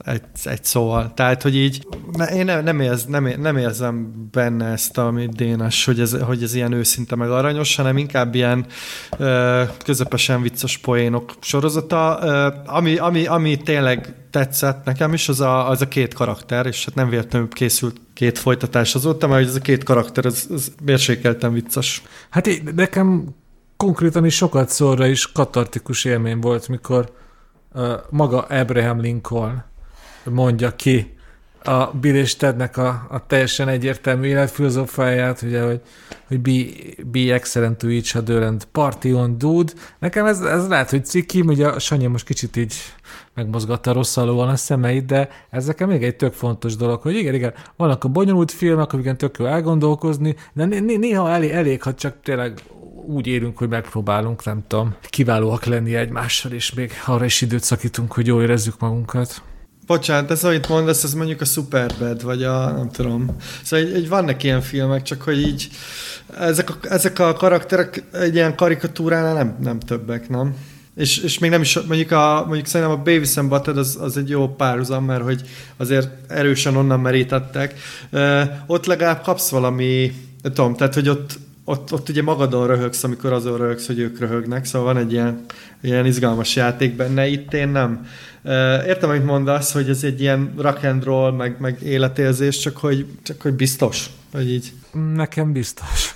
egy, egy szóval. Tehát, hogy így én nem, nem, érz, nem, nem érzem benne ezt, amit Dénes, hogy ez, hogy ez ilyen őszinte meg aranyos, hanem inkább ilyen ö, közepesen vicces poénok sorozata. Ö, ami, ami, ami tényleg tetszett nekem is, az a, az a két karakter, és hát nem véletlenül készült két folytatás azóta, mert ez a két karakter, az, az mérsékelten vicces. Hát én, nekem konkrétan is sokat szorra is katartikus élmény volt, mikor uh, maga Abraham Lincoln mondja ki a Bill és Tednek a, a teljesen egyértelmű életfilozófiáját, ugye, hogy, hogy be, be excellent to each other and party on, dude. Nekem ez, ez lehet, hogy ciki, ugye a Sanyi most kicsit így megmozgatta rosszalóan a szemeit, de ez nekem még egy tök fontos dolog, hogy igen, igen, vannak a bonyolult filmek, amiken tök jó elgondolkozni, de néha elég, elég, ha csak tényleg úgy élünk, hogy megpróbálunk, nem tudom, kiválóak lenni egymással, és még arra is időt szakítunk, hogy jól érezzük magunkat. Bocsánat, ez, amit mondasz, ez mondjuk a Superbad, vagy a, nem tudom. Szóval így, így vannak ilyen filmek, csak hogy így ezek a, ezek a karakterek egy ilyen karikatúránál nem, nem többek, nem? És, és még nem is, mondjuk, a, mondjuk szerintem a Beavis and Butthead az, az egy jó párhuzam, mert hogy azért erősen onnan merítettek. Uh, ott legalább kapsz valami, nem tudom, tehát, hogy ott Ott, ott ugye magadon röhögsz, amikor azon röhögsz, hogy ők röhögnek, szóval van egy ilyen, ilyen izgalmas játék benne, itt én nem. Értem, amit mondasz, hogy ez egy ilyen rock and roll, meg, meg életérzés, csak hogy, csak hogy biztos, vagy így. Nekem biztos.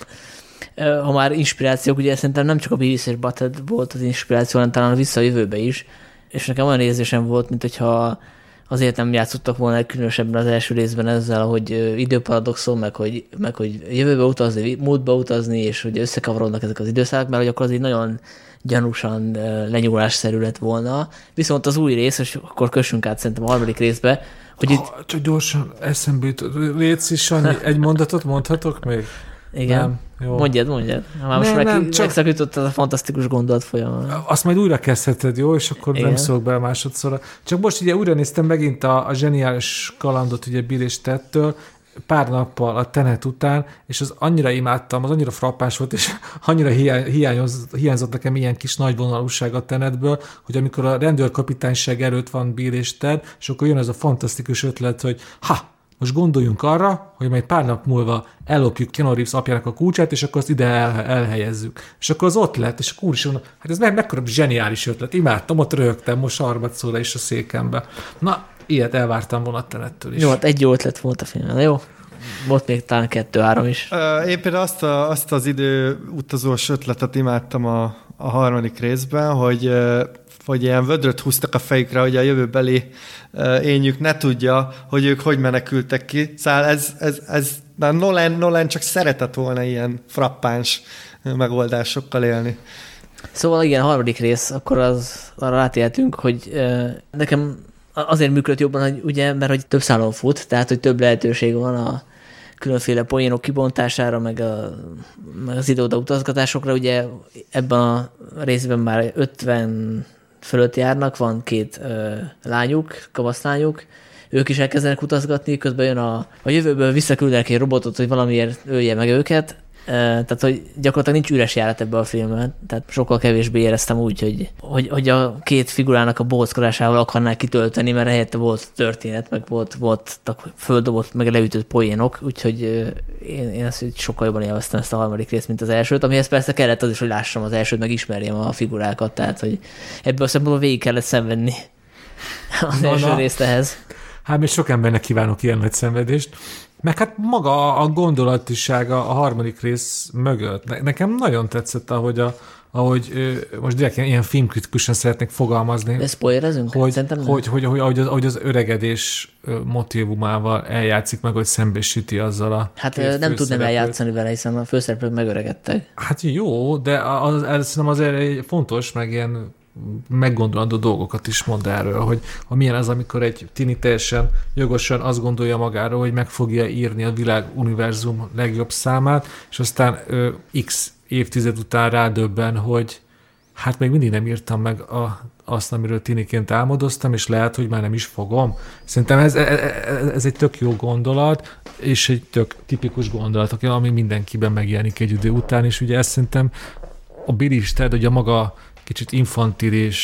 Ha már inspirációk, ugye szerintem nem csak a Beavis és Butthead volt az inspiráció, hanem talán a Vissza a jövőbe is, és nekem olyan érzésem volt, mint hogyha azért nem játszottak volna különösebben az első részben ezzel, hogy időparadoxon, meg hogy, meg hogy jövőbe utazni, múltba utazni, és hogy összekavarodnak ezek az időszakok, mert hogy akkor az így nagyon gyanúsan lenyúlásszerű lett volna. Viszont az új rész, és akkor kössünk át szerintem a harmadik részbe, hogy itt... Ha, csak gyorsan eszembe jut. Léci, Sanyi, egy mondatot mondhatok még? Igen. Nem. Jó. Mondjad, mondjad. Már most nem, meg, nem, csak... megszakítottad a fantasztikus gondolat folyamán. Azt majd újra kezdheted, jó? És akkor igen. Nem szólok be másodszorra. Csak most ugye újra néztem megint a, a zseniális kalandot ugye Bill és Tedtől, pár nappal a Tenet után, és az annyira imádtam, az annyira frappás volt, és annyira hiányoz, hiányzott nekem ilyen kis nagyvonalúság a Tenetből, hogy amikor a rendőrkapitányság előtt van Bill és Ted, és akkor jön ez a fantasztikus ötlet, hogy ha, most gondoljunk arra, hogy majd pár nap múlva ellopjuk Keanu Reeves apjának a kulcsát, és akkor azt ide el, elhelyezzük. És akkor az ott lett, és akkor úr is mondom, hát ez meg mekkora zseniális ötlet. Imádtam, ott röhögtem most harmadszorra is a székembe. Na, ilyet elvártam volna a Tenettől is. Jó, hát egy jó ötlet volt a filmben, jó? Volt még talán kettő-három is. Én például azt, a, azt az időutazós ötletet imádtam a, a harmadik részben, hogy hogy ilyen vödröt húztak a fejükre, hogy a jövőbeli énjük ne tudja, hogy ők hogy menekültek ki. Szóval ez, ez, ez Nolan, Nolan csak szeretett volna ilyen frappáns megoldásokkal élni. Szóval igen, a harmadik rész, akkor az, arra rátértünk, hogy nekem azért működött jobban, hogy ugye, mert hogy több szálon fut, tehát hogy több lehetőség van a különféle poénok kibontására, meg, a, meg az ide-oda utazgatásokra. Ugye ebben a részben már ötven fölött járnak, van két ö, lányuk, kavaszlányuk, ők is elkezdenek utazgatni, közben jön a, a jövőből visszaküldenek egy robotot, hogy valamiért ölje meg őket, e, tehát hogy gyakorlatilag nincs üres járat ebben a filmben, tehát sokkal kevésbé éreztem úgy, hogy, hogy, hogy a két figurának a bohóckodásával akarnák kitölteni, mert helyette volt történet, meg volt, voltak földobott, meg leütött poénok, úgyhogy én, én ezt sokkal jobban élveztem ezt a harmadik részt, mint az elsőt, amihez persze kellett az is, hogy lássam az elsőt, meg ismerjem a figurákat, tehát hogy ebből a szempontból végig kellett szenvedni az na, első na. részt ehhez. Hát még sok embernek kívánok ilyen nagy szenvedést. Meg hát maga a gondolatisága a harmadik rész mögött. Nekem nagyon tetszett, ahogy, a, ahogy most direkt ilyen filmkritikusan szeretnék fogalmazni. De spoilerezünk? Hogy, hogy, hogy, hogy, hogy ahogy, az, ahogy az öregedés motívumával eljátszik meg, hogy szembesíti azzal a hát nem tudnám eljátszani vele, hiszen a főszereplők megöregedtek. Hát jó, de az, az, szerintem azért fontos, meg ilyen meggondolandó dolgokat is mond erről, hogy, hogy milyen az, amikor egy tini teljesen jogosan azt gondolja magáról, hogy meg fogja írni a világ univerzum legjobb számát, és aztán ö, x évtized után rádöbben, hogy hát még mindig nem írtam meg a, azt, amiről tiniként álmodoztam, és lehet, hogy már nem is fogom. Szerintem ez, ez, ez egy tök jó gondolat, és egy tök tipikus gondolat, ami mindenkiben megjelenik egy idő után, és ugye ezt szerintem a Bill is, tehát, hogy a maga kicsit infantilis,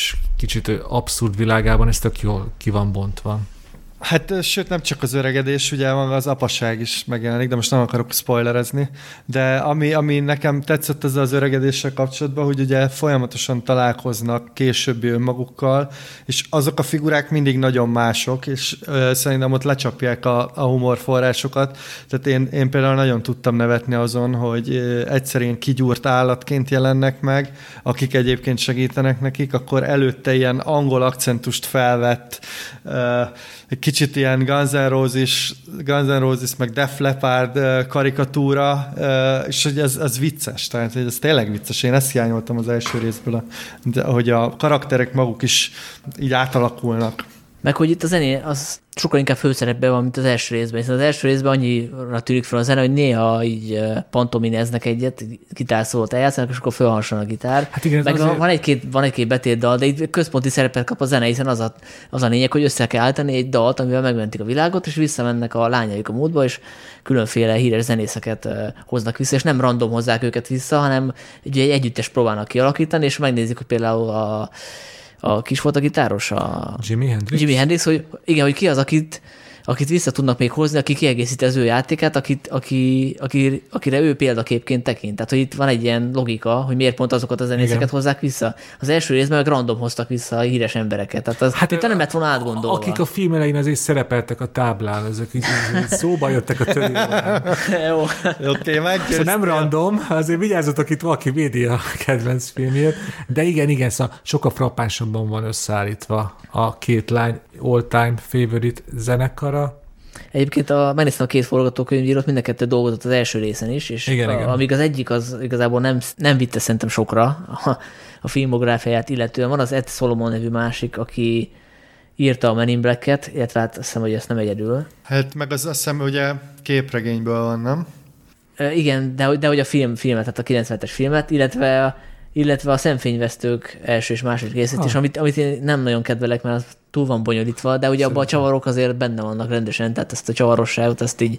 kicsit abszurd világában ez tök jól ki van bontva. Hát sőt, nem csak az öregedés, ugye az apaság is megjelenik, de most nem akarok spoilerezni, de ami, ami nekem tetszett ezzel az öregedéssel kapcsolatban, hogy ugye folyamatosan találkoznak későbbi önmagukkal, és azok a figurák mindig nagyon mások, és ö, szerintem ott lecsapják a, a humorforrásokat, tehát én, én például nagyon tudtam nevetni azon, hogy ö, egyszerűen kigyúrt állatként jelennek meg, akik egyébként segítenek nekik, akkor előtte ilyen angol akcentust felvett ö, egy kicsit ilyen Guns N' Roses, Guns N' Roses meg Def Leppard karikatúra, és hogy ez, ez vicces, tehát hogy ez tényleg vicces. Én ezt hiányoltam az első részből, hogy a karakterek maguk is így átalakulnak. Meg hogy itt a zené, az sokkal inkább főszerepben van, mint az első részben, hiszen az első részben annyira tűnik fel a zene, hogy néha így pantomineznek egyet, gitárszólót eljátszanak, és akkor fölhasson a gitár. Hát igen, meg azért... van egy-két, van egy-két betétdal, de itt központi szerepet kap a zene, hiszen az a, az a lényeg, hogy össze kell állítani egy dalt, amivel megmentik a világot, és visszamennek a lányaik a múltba, és különféle híres zenészeket hoznak vissza, és nem random hozzák őket vissza, hanem egy együttes próbálnak kialakítani, és megnézik, hogy például a a kis volt a gitáros, a Jimi Hendrix, Jimi Hendrix, hogy igen, hogy ki az, akit, akit vissza tudnak még hozni, aki kiegészíti az ő játékát, akit, aki, aki, akire ő példaképként tekint. Tehát, hogy itt van egy ilyen logika, hogy miért pont azokat a zenészeket igen. hozzák vissza. Az első részben meg random hoztak vissza a híres embereket. Tehát az, hát itt nem lett volna átgondolva. Akik a film elején azért szerepeltek a táblán, ezek így, így szóba jöttek a törvényben. Jó. Oké, okay, szóval nem random, azért vigyázzatok, itt valaki védi a kedvenc filmjét, de igen, igen, szóval sokkal frappánsabban van összeállítva a két lány all-time favorite zenekara. Egyébként a, megnéztem a két forgatókönyvírót, mind a kettő dolgozott az első részen is, és igen, a, igen. amíg az egyik az igazából nem, nem vitte szerintem sokra a, a filmográfiáját illetően. Van az Ed Solomon nevű másik, aki írta a Men in Black-et, illetve hát azt hiszem, hogy ezt nem egyedül. Hát meg az azt hiszem, ugye képregényből van, nem? E, igen, de, de hogy a film, filmet, tehát a kilencvenes filmet, illetve illetve a Szemfényvesztők első és második részét ah. is, amit, amit én nem nagyon kedvelek, mert az túl van bonyolítva, de ugye abban a csavarok azért benne vannak rendesen, tehát ezt a csavarosságot, ezt így,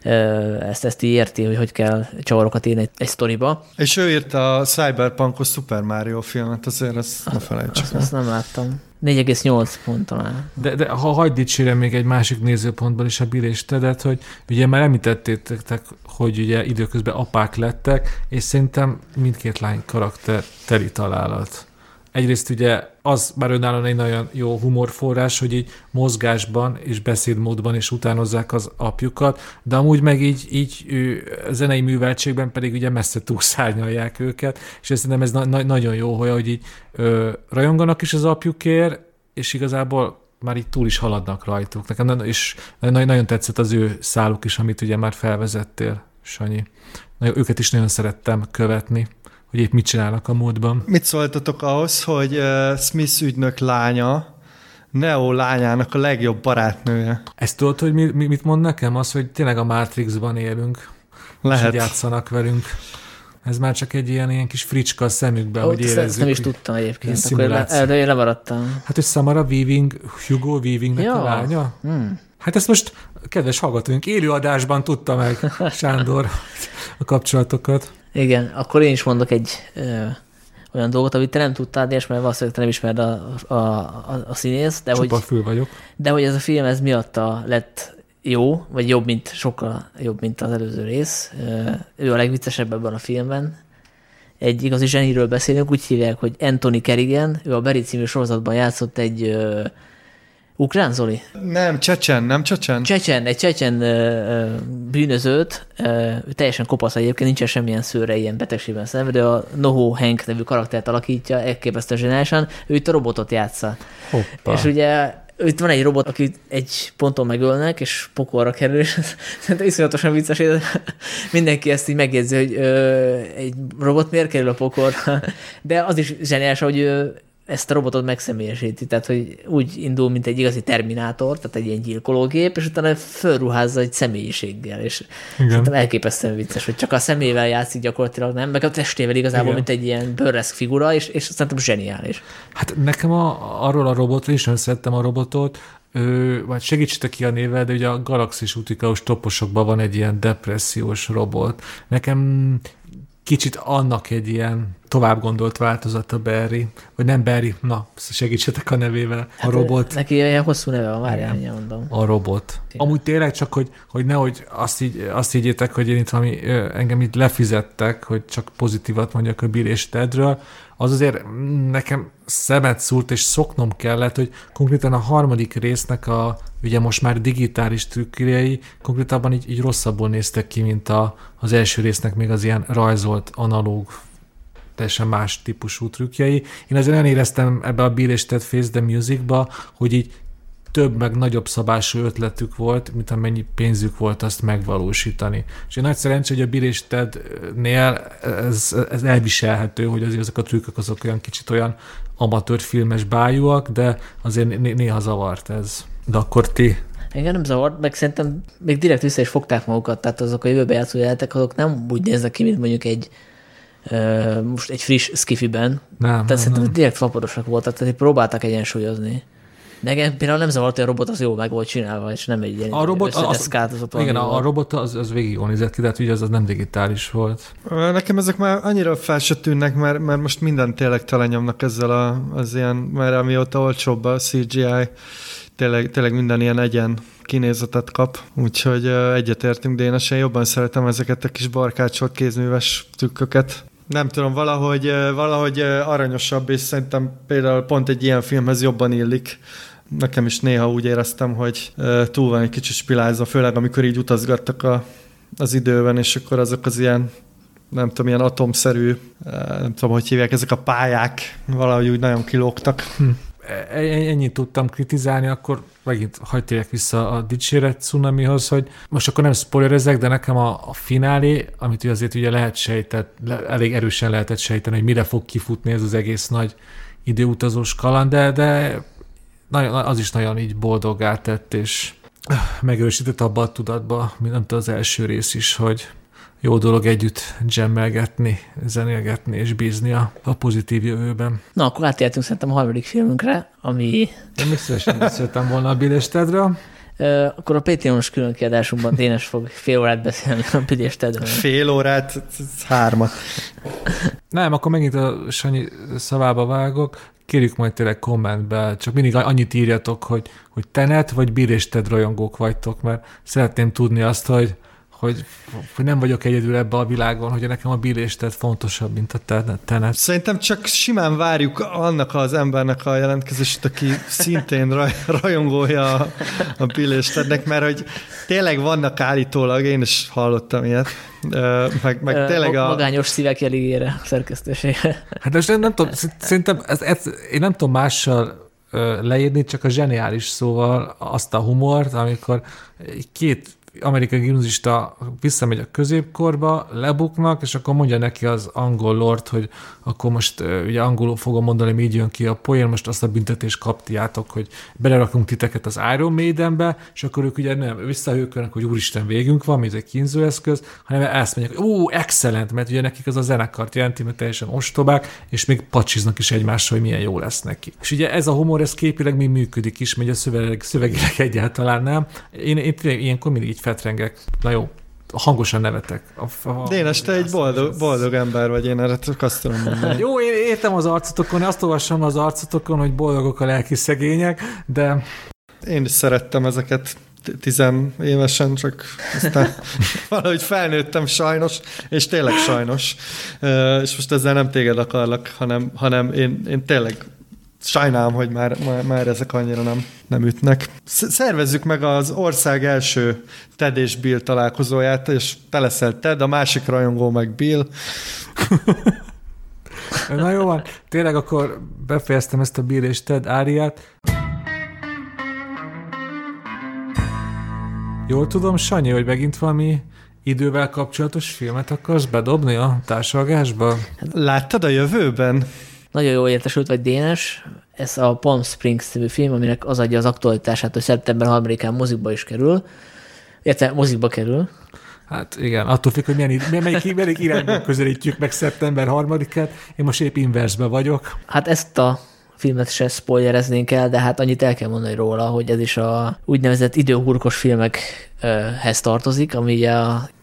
ezt, ezt így érti, hogy hogy kell csavarokat írni egy, egy sztoriba. És ő írta a Cyberpunkos Super Mario filmet, azért ezt ne felejtsük. Azt, azt nem láttam. négy egész nyolc pont talán. De, de ha hagyd dicsérem még egy másik nézőpontból is a Bill és Tedet, hogy ugye már említettétek, hogy ugye időközben apák lettek, és szerintem mindkét lány karakter teli találat. Egyrészt ugye az már önállóan egy nagyon jó humorforrás, hogy így mozgásban és beszédmódban is utánozzák az apjukat, de amúgy meg így, így ő, zenei műveltségben pedig ugye messze túlszárnyalják őket, és szerintem ez na- na- nagyon jó, hogy így ö, rajonganak is az apjukért, és igazából már így túl is haladnak rajtuk. Nekem és nagyon, nagyon tetszett az ő száluk is, amit ugye már felvezettél, Sanyi. Nagyon, őket is nagyon szerettem követni, hogy épp mit csinálnak a múltban. Mit szóltatok ahhoz, hogy uh, Smith ügynök lánya Neo lányának a legjobb barátnője? Ezt tudod, hogy mi, mi, mit mond nekem? Az, hogy tényleg a Matrixban élünk. Lehet. És játszanak velünk. Ez már csak egy ilyen, ilyen kis fricska a szemükben, oh, hogy érezzük. Ezt nem is tudtam egyébként. Akkor erről lemaradtam. Hát, hogy Samara Weaving, Hugo Weavingnek ja. a lánya? Hmm. Hát ezt most, kedves hallgatóink, élőadásban tudta meg Sándor a kapcsolatokat. Igen, akkor én is mondok egy ö, olyan dolgot, amit te nem tudtál, és mert valószínűleg te nem ismered a, a, a, a színész. De Csupa hogy, fül vagyok. De hogy ez a film, ez miatta lett jó, vagy jobb, mint sokkal jobb, mint az előző rész. Ő a legviccesebb ebben a filmben. Egy igazi zseniről beszélünk, úgy hívják, hogy Anthony Kerrigan, ő a Barry című sorozatban játszott egy ö, ukrán, Zoli? Nem, csecsen, nem csecsen? Csecsen, egy csecsen ö, bűnözőt, ö, teljesen kopasz egyébként, nincsen semmilyen szőre, ilyen betegségben szenvedő, a Noho Hank nevű karaktert alakítja, elképesztően zseniálisan, ő itt a robotot játsza. Hoppá. És ugye itt van egy robot, akit egy ponton megölnek, és pokolra kerül, és szerintem iszonyatosan vicces, hogy mindenki ezt így megjegyzi, hogy ö, egy robot miért kerül a pokolra, de az is zseniális, hogy ö, ezt a robotot megszemélyesíti, tehát hogy úgy indul, mint egy igazi terminátor, tehát egy ilyen gyilkológép, és utána fölruházza egy személyiséggel, és szerintem elképesztően vicces, hogy csak a szemével játszik gyakorlatilag, nem? Meg a testével igazából, igen, mint egy ilyen burleszk figura, és, és szerintem zseniális. Hát nekem a, arról a robotról is nagyon szerettem a robotot, Ö, vagy segítsetek ki a névvel, de ugye a Galaxis Utikaus toposokban van egy ilyen depressziós robot. Nekem kicsit annak egy ilyen tovább gondolt változata Barry, vagy nem Barry, na, segítsetek a nevével, hát a robot. Neki ilyen hosszú neve van, várjál, mondom. A robot. Igen. Amúgy tényleg csak, hogy, hogy nehogy azt, így, azt higgyétek, hogy én itt valami, engem itt lefizettek, hogy csak pozitívat mondjak a Bill és Tedről, az azért nekem szemet szúrt, és szoknom kellett, hogy konkrétan a harmadik résznek a, ugye most már digitális trükkjei konkrétabban így, így rosszabbul néztek ki, mint a, az első résznek még az ilyen rajzolt, analóg, teljesen más típusú trükkjei. Én azért nem éreztem ebbe a Bill és Ted Face the Musicba, hogy így több meg nagyobb szabású ötletük volt, mint amennyi pénzük volt azt megvalósítani. És én nagy szerencsé, hogy a Bill és Tednél ez, ez elviselhető, hogy azért azok a trükkök azok olyan kicsit olyan amatőr filmes bájúak, de azért néha zavart ez. De akkor ti? Engem nem zavart, meg szerintem még direkt vissza is fogták magukat, tehát azok a jövőbe játszó jelenetek, azok nem úgy néznek ki, mint mondjuk egy uh, most egy friss skifiben. Nem, tehát nem, szerintem nem. direkt fapadosak voltak, tehát próbálták egyensúlyozni. De igen, például nem zavart, hogy a robot az jó meg volt csinálva, és nem egy ilyen a robot, az, igen, a, a robot az, az végig jól nézett ki, tehát ugye az, az nem digitális volt. Nekem ezek már annyira fel se tűnnek, mert, mert most minden tényleg telenyomnak ezzel a, az ilyen, mert amióta olcsóbb a cé gé i, tényleg, tényleg minden ilyen egyen kinézetet kap, úgyhogy egyetértünk, de én sem jobban szeretem ezeket a kis barkácsolt kézműves trükköket. Nem tudom, valahogy, valahogy aranyosabb, és szerintem például pont egy ilyen filmhez jobban illik. Nekem is néha úgy éreztem, hogy túl van egy kicsit spilázva, főleg amikor így utazgattak a, az időben, és akkor azok az ilyen, nem tudom, ilyen atomszerű, nem tudom, hogy hívják, ezek a pályák valahogy úgy nagyon kilógtak. Hm. Ennyit tudtam kritizálni, akkor megint hagyd térjek vissza a dicséret cunamihoz, hogy most akkor nem spoilerezek, de nekem a, a finálé, amit ugye azért ugye lehet sejtett, le, elég erősen lehetett sejteni, hogy mire fog kifutni ez az egész nagy időutazós kaland, de, de nagyon, az is nagyon így boldoggá tett, és megerősített abba a tudatba, mint nem tudom, az első rész is, hogy jó dolog együtt jammelgetni, zenélgetni és bízni a, a pozitív jövőben. Na, akkor átértünk szerintem a harmadik filmünkre, ami... Én még szívesen beszéltem volna a Bill és Tedről. Uh, akkor a Patreon-os külön kiadásunkban Dénes fog fél órát beszélni a Bill és Tedről. Fél órát? Hármat. Nem, akkor megint a Sanyi szavába vágok. Kérjük majd tényleg kommentbe, csak mindig annyit írjatok, hogy, hogy Tenet vagy Bill és Ted rajongók vagytok, mert szeretném tudni azt, hogy Hogy, hogy nem vagyok egyedül ebben a világon, hogy nekem a Bill és Ted fontosabb, mint a Tenet. Szerintem csak simán várjuk annak az embernek a jelentkezését, aki szintén raj, rajongója a, a Bill és Tednek, mert hogy tényleg vannak állítólag, én is hallottam ilyet, meg, meg tényleg a... Magányos szívek jeligére a szerkesztősége. Hát most nem, nem tudom, szerintem ez, ez, én nem tudom mással leírni, csak a zseniális szóval azt a humort, amikor két amerikai gimnazista visszamegy a középkorba, lebuknak, és akkor mondja neki az angol lord, hogy akkor most ugye angolul fogom mondani, hogy így jön ki a poén, most azt a büntetést kaptiátok, hogy belerakunk titeket az Iron Maidenbe, és akkor ők ugye nem visszahőkölnek, hogy úristen, végünk van, mint egy kínzóeszköz, hanem ezt mondják, hogy ó, excellent, mert ugye nekik az a zenekart jelenti, mert teljesen ostobák, és még pacsiznak is egymással, hogy milyen jó lesz neki. És ugye ez a humor, ez képileg még működik is, mert a szöveg, szövegileg egyáltalán nem. Én, én tényleg ilyenkor mindig így fetrengek. Na jó, hangosan nevetek. A, a, Dénes, te egy boldog, boldog ember vagy, én erre csak azt tudom mondani. Jó, én értem az arcotokon, azt olvasom az arcotokon, hogy boldogok a lelki szegények, de... Én is szerettem ezeket tizenévesen, csak aztán valahogy felnőttem sajnos, és tényleg sajnos. És most ezzel nem téged akarlak, hanem, hanem én, én tényleg sajnálom, hogy már, már, már ezek annyira nem, nem ütnek. Szervezzük meg az ország első Ted és Bill találkozóját, és te leszel Ted, a másik rajongó meg Bill. Na jó van, tényleg akkor befejeztem ezt a Bill és Ted áriát. Jól tudom, Sanyi, hogy megint valami idővel kapcsolatos filmet akarsz bedobni a társalgásba? Láttad a jövőben? Nagyon jól értesült vagy, Dénes. Ez a Palm Springs című film, aminek az adja az aktualitását, hogy szeptember harmadikán mozikba is kerül. Érte, mozikba kerül. Hát igen, attól függ, hogy milyen, melyik, melyik irányban közelítjük meg szeptember harmadikát. Én most épp inversben vagyok. Hát ezt a filmet se spoilereznénk el, de hát annyit el kell mondani róla, hogy ez is a úgynevezett időhurkos filmekhez tartozik, ami ugye a,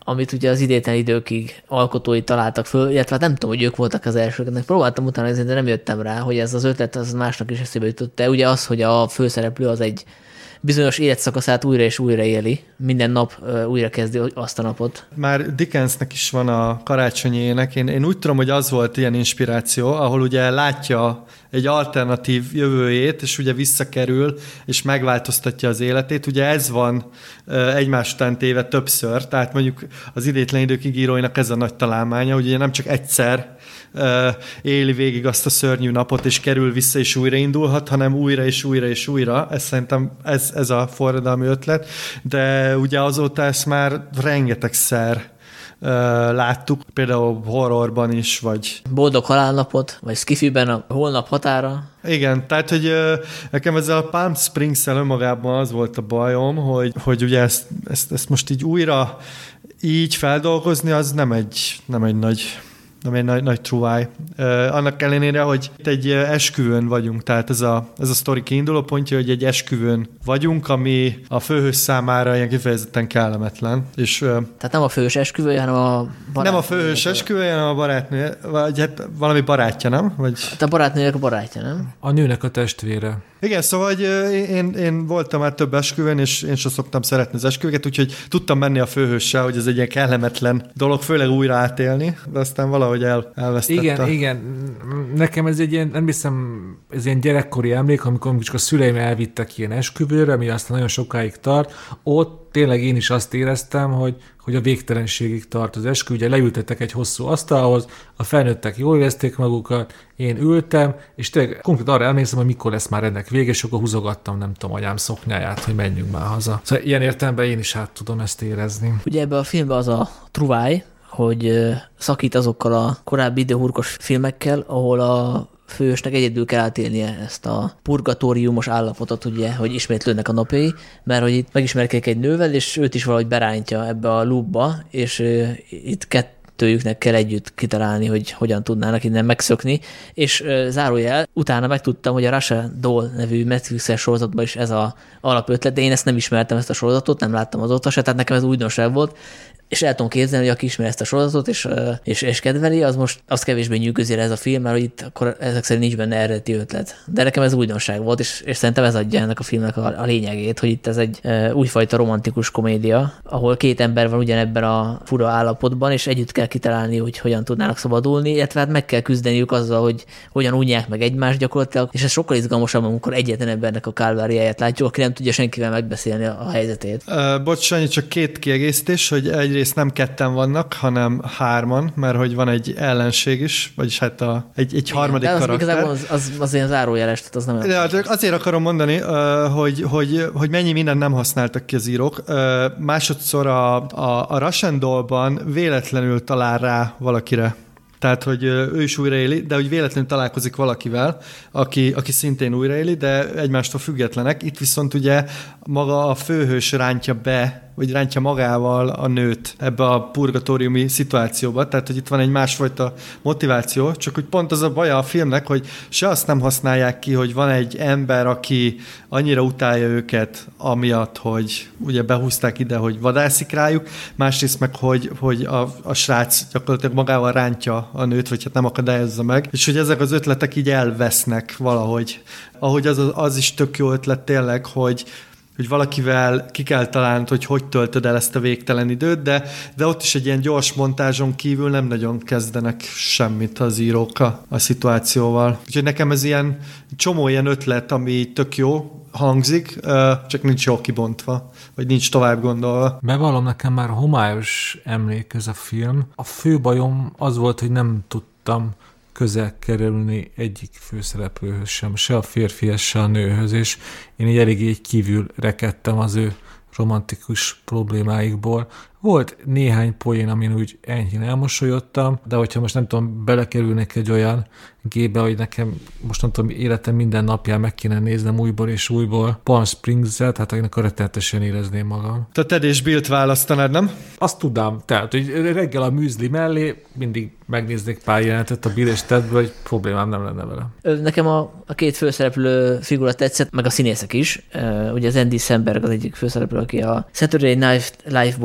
amit ugye az idétlen időkig alkotói találtak föl, illetve hát nem tudom, hogy ők voltak az elsők, ennek próbáltam utána, de nem jöttem rá, hogy ez az ötlet az másnak is eszébe jutott. De ugye az, hogy a főszereplő az egy bizonyos életszakaszát újra és újra éli, minden nap uh, újra kezdi azt a napot. Már Dickensnek is van a karácsonyi ének. Én, én úgy tudom, hogy az volt ilyen inspiráció, ahol ugye látja egy alternatív jövőjét, és ugye visszakerül, és megváltoztatja az életét. Ugye ez van uh, egymás után téve többször, tehát mondjuk az idétlen időkig íróinak ez a nagy találmánya, hogy ugye nem csak egyszer uh, éli végig azt a szörnyű napot, és kerül vissza, és újraindulhat, hanem újra, és újra, és újra. Ez szerintem ez, ez a forradalmi ötlet, de ugye azóta ezt már rengetegszer Uh, láttuk, például horrorban is, vagy... Boldog halálnapot, vagy Skifiben a holnap határa. Igen, tehát, hogy uh, nekem ezzel a Palm Springs-el önmagában az volt a bajom, hogy, hogy ugye ezt, ezt, ezt most így újra így feldolgozni, az nem egy, nem egy nagy... nem egy nagy, nagy truváj. Uh, annak ellenére, hogy itt egy esküvőn vagyunk, tehát ez a, ez a sztori kiinduló pontja, hogy egy esküvőn vagyunk, ami a főhős számára ilyen kifejezetten kellemetlen. És, uh, tehát nem a főhős esküvője, hanem a barátnője. Nem a főhős esküvője, hanem a barátnője, vagy hát valami barátja, nem? Vagy... Hát a barátnőjének a barátja, nem? A nőnek a testvére. Igen, szóval hogy én, én voltam már több esküvőn, és én sem szoktam szeretni az esküvőket, úgyhogy tudtam menni a főhőssel, hogy ez egy ilyen kellemetlen dolog, főleg újra átélni, de aztán valahogy el, elvesztette. Igen, igen. Nekem ez egy ilyen, nem hiszem, ez ilyen gyerekkori emlék, amikor csak a szüleim elvittek ilyen esküvőre, ami aztán nagyon sokáig tart, ott tényleg én is azt éreztem, hogy, hogy a végtelenségig tart az eskü. Ugye leültettek egy hosszú asztalhoz, a felnőttek jól érezték magukat, én ültem, és tényleg konkrét arra emlékszem, hogy mikor lesz már ennek vége, és akkor húzogattam, nem tudom, anyám szoknyáját, hogy menjünk már haza. Szóval ilyen értelemben én is át tudom ezt érezni. Ugye ebben a filmben az a truváj, hogy szakít azokkal a korábbi időhurkos filmekkel, ahol a főhősnek egyedül kell átélnie ezt a purgatóriumos állapotot, ugye, hogy ismétlődnek a napjai, mert hogy itt megismerkedik egy nővel, és őt is valahogy berántja ebbe a loopba, és uh, itt kettőjüknek kell együtt kitalálni, hogy hogyan tudnának innen megszökni, és uh, zárójel, utána megtudtam, hogy a Russia Doll nevű Netflixes sorozatban is ez a alapötlet, de én ezt nem ismertem, ezt a sorozatot, nem láttam azóta se, tehát nekem ez újdonság volt, és el tudom képzelni, hogy aki ismer ezt a sorozatot, és, és, és kedveli, az most az kevésbé nyűgözi ez a film, mert itt akkor ezek szerint nincs benne eredeti ötlet. De nekem ez újdonság volt, és, és szerintem ez adja ennek a filmnek a, a lényegét, hogy itt ez egy e, újfajta romantikus komédia, ahol két ember van ugyanebben a fura állapotban, és együtt kell kitalálni, hogy hogyan tudnának szabadulni, illetve hát meg kell küzdeniük azzal, hogy hogyan unják meg egymást gyakorlatilag, és ez sokkal izgalmasabb, amikor egyetlen embernek a kálváriáját látjuk, aki nem tudja senkivel megbeszélni a, a helyzetét. Uh, bocs, Sanyi, csak két kiegészítés, hogy egyrészt nem ketten vannak, hanem hárman, mert hogy van egy ellenség is, vagyis hát a, egy, egy harmadik de az karakter. Az, az, az ilyen zárójeles, tehát az nem... De azért akarom mondani, hogy, hogy, hogy mennyi mindent nem használtak ki az írók. Másodszor a, a, a Russian Doll-ban véletlenül talál rá valakire. Tehát, hogy ő is újraéli, de hogy véletlenül találkozik valakivel, aki, aki szintén újraéli, de egymástól függetlenek. Itt viszont ugye maga a főhős rántja be, vagy rántja magával a nőt ebbe a purgatóriumi szituációba. Tehát, hogy itt van egy másfajta motiváció, csak hogy pont az a baja a filmnek, hogy se azt nem használják ki, hogy van egy ember, aki annyira utálja őket, amiatt, hogy ugye behúzták ide, hogy vadászik rájuk, másrészt meg, hogy, hogy a, a srác gyakorlatilag magával rántja a nőt, vagy hát nem akadályozza meg, és hogy ezek az ötletek így elvesznek valahogy. Ahogy az, az is tök jó ötlet tényleg, hogy hogy valakivel ki kell találnod, hogy hogy töltöd el ezt a végtelen időt, de, de ott is egy ilyen gyors montázson kívül nem nagyon kezdenek semmit az írók a, a szituációval. Úgyhogy nekem ez ilyen csomó ilyen ötlet, ami tök jó hangzik, csak nincs jól kibontva, vagy nincs tovább gondolva. Bevallom, nekem már homályos emlék ez a film. A fő bajom az volt, hogy nem tudtam közel kerülni egyik főszereplőhöz sem, se a férfihez, se a nőhöz, és én így eléggé így kívül rekedtem az ő romantikus problémáikból. Volt néhány poén, amin úgy enyhén elmosolyodtam, de hogyha most nem tudom, belekerülnek egy olyan gébe, hogy nekem most nem tudom, életem minden napján meg kéne néznem újból és újból Palm Springs-el, tehát akinek a rettenetesen érezném magam. Te Ted és Bill-t választanád, nem? Azt tudám, tehát, hogy reggel a műzli mellé mindig megnéznék pár jelenetet a Bill és Tedből, hogy problémám nem lenne vele. Nekem a, a két főszereplő figura tetszett, meg a színészek is. Ugye az Andy Samberg az egyik főszereplő, aki a Saturday Night Live-ból indult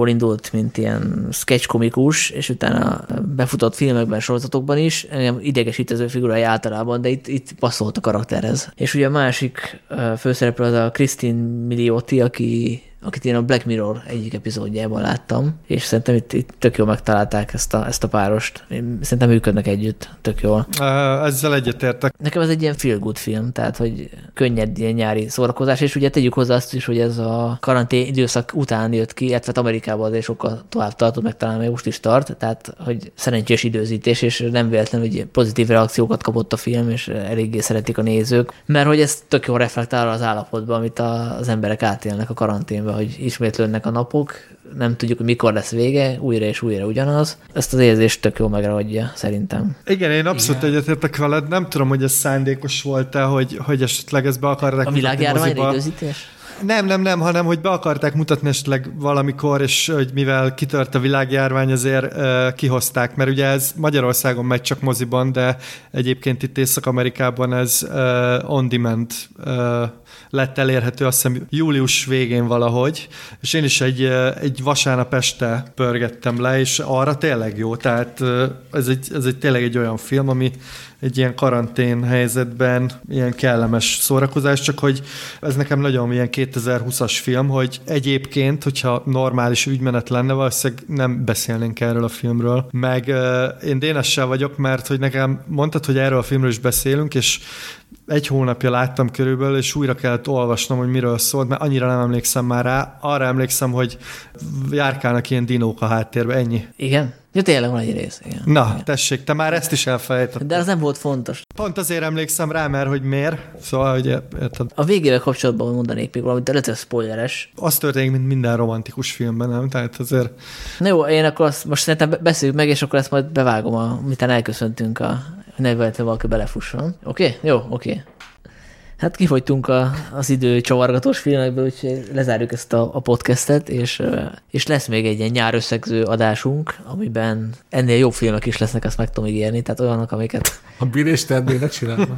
mint, mint ilyen sketch komikus, és utána befutott filmekben, sorozatokban is, idegesítő figurai általában, de itt, itt passzolt a karakterhez. És ugye a másik főszereplő az a Christine Milioti, aki akit én a Black Mirror egyik epizódjában láttam, és szerintem itt, itt tök jól megtalálták ezt a, ezt a párost. Én szerintem működnek együtt, tök jól. Ezzel egyetértek. Nekem ez egy ilyen feel good film, tehát hogy könnyed ilyen nyári szórakozás, és ugye tegyük hozzá azt is, hogy ez a karantén időszak után jött ki, illetve Amerikában azért sokkal tovább tartott, meg talán még most is tart, tehát hogy szerencsés időzítés, és nem véletlen, hogy pozitív reakciókat kapott a film, és eléggé szeretik a nézők, mert hogy ez tök jól reflektál az állapotban, amit az emberek átélnek a karanténban, hogy ismétlődnek a napok, nem tudjuk, hogy mikor lesz vége, újra és újra ugyanaz. Ezt az érzést tök jól megragadja, szerintem. Igen, én abszolút egyetértek veled. Nem tudom, hogy ez szándékos volt-e, hogy, hogy esetleg ezt be akarták a világjárványra időzítés? Nem, nem, nem, hanem hogy be akarták mutatni esetleg valamikor, és hogy mivel kitört a világjárvány, azért uh, kihozták, mert ugye ez Magyarországon megy csak moziban, de egyébként itt Észak-Amerikában ez uh, on demand uh, lett elérhető, azt hiszem július végén valahogy, és én is egy, egy vasárnap este pörgettem le, és arra tényleg jó, tehát ez egy, ez egy tényleg egy olyan film, ami egy ilyen karantén helyzetben ilyen kellemes szórakozás, csak hogy ez nekem nagyon ilyen kétezer-húszas film, hogy egyébként, hogyha normális ügymenet lenne, valószínűleg nem beszélnénk erről a filmről. Meg uh, én Dénessel vagyok, mert hogy nekem mondtad, hogy erről a filmről is beszélünk, és egy hónapja láttam körülbelül, és újra kellett olvasnom, hogy miről szólt, mert annyira nem emlékszem már rá. Arra emlékszem, hogy járkálnak ilyen dinók a háttérben, ennyi. Igen? Ja, tényleg van egy rész. Igen. Na, igen. Tessék, te már ezt is elfelejtetted. De az nem volt fontos. Pont azért emlékszem rá, mert hogy miért. Szóval, hogy érted. A végével kapcsolatban mondanék még valamit, de lehet, hogy spoileres. Az történik, mint minden romantikus filmben, nem? Tehát azért... Na jó, én akkor azt most szerintem beszéljük meg, és akkor ezt majd bevágom, amitán elköszöntünk, a neveletve valaki belefusson. Oké? Okay? Jó, oké. Okay. Hát kifogytunk a, az idő csavargatós filmekből, úgyhogy lezárjuk ezt a, a podcastet, és, és lesz még egy ilyen nyár összegző adásunk, amiben ennél jobb filmek is lesznek, azt meg tudom ígérni, tehát olyanok, amiket... A Bill és Ted még ne csinálnak.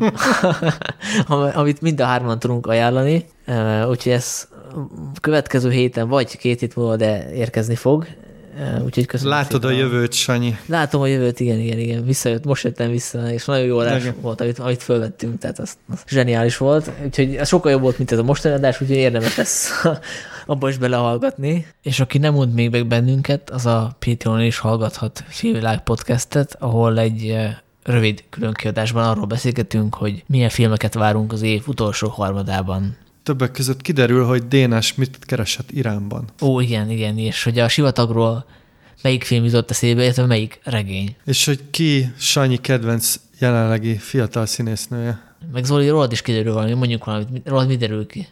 Amit mind a hárman tudunk ajánlani, úgyhogy ez következő héten, vagy két hét múlva, de érkezni fog. Úgyhogy köszönöm. Látod szépen a jövőt, Sanyi. Látom a jövőt, igen, igen, igen. Visszajött, most jöttem vissza, és nagyon jó adás igen. volt, amit, amit fölvettünk, tehát az, az zseniális volt. Úgyhogy ez sokkal jobb volt, mint ez a mostani adás, úgyhogy érdemes lesz abba is belehallgatni. És aki nem mond még meg bennünket, az a Patreonon is hallgathat Filmvilág podcastet, ahol egy rövid különkiadásban arról beszélgetünk, hogy milyen filmeket várunk az év utolsó harmadában. Többek között kiderül, hogy Dénes mit keresett Iránban. Ó, igen, igen, és hogy a sivatagról melyik film jutott eszébe, illetve melyik regény. És hogy ki Sanyi kedvenc jelenlegi fiatal színésznője. Meg Zoli, rólad is kiderül valami, mondjuk valamit, rólad mi derül ki?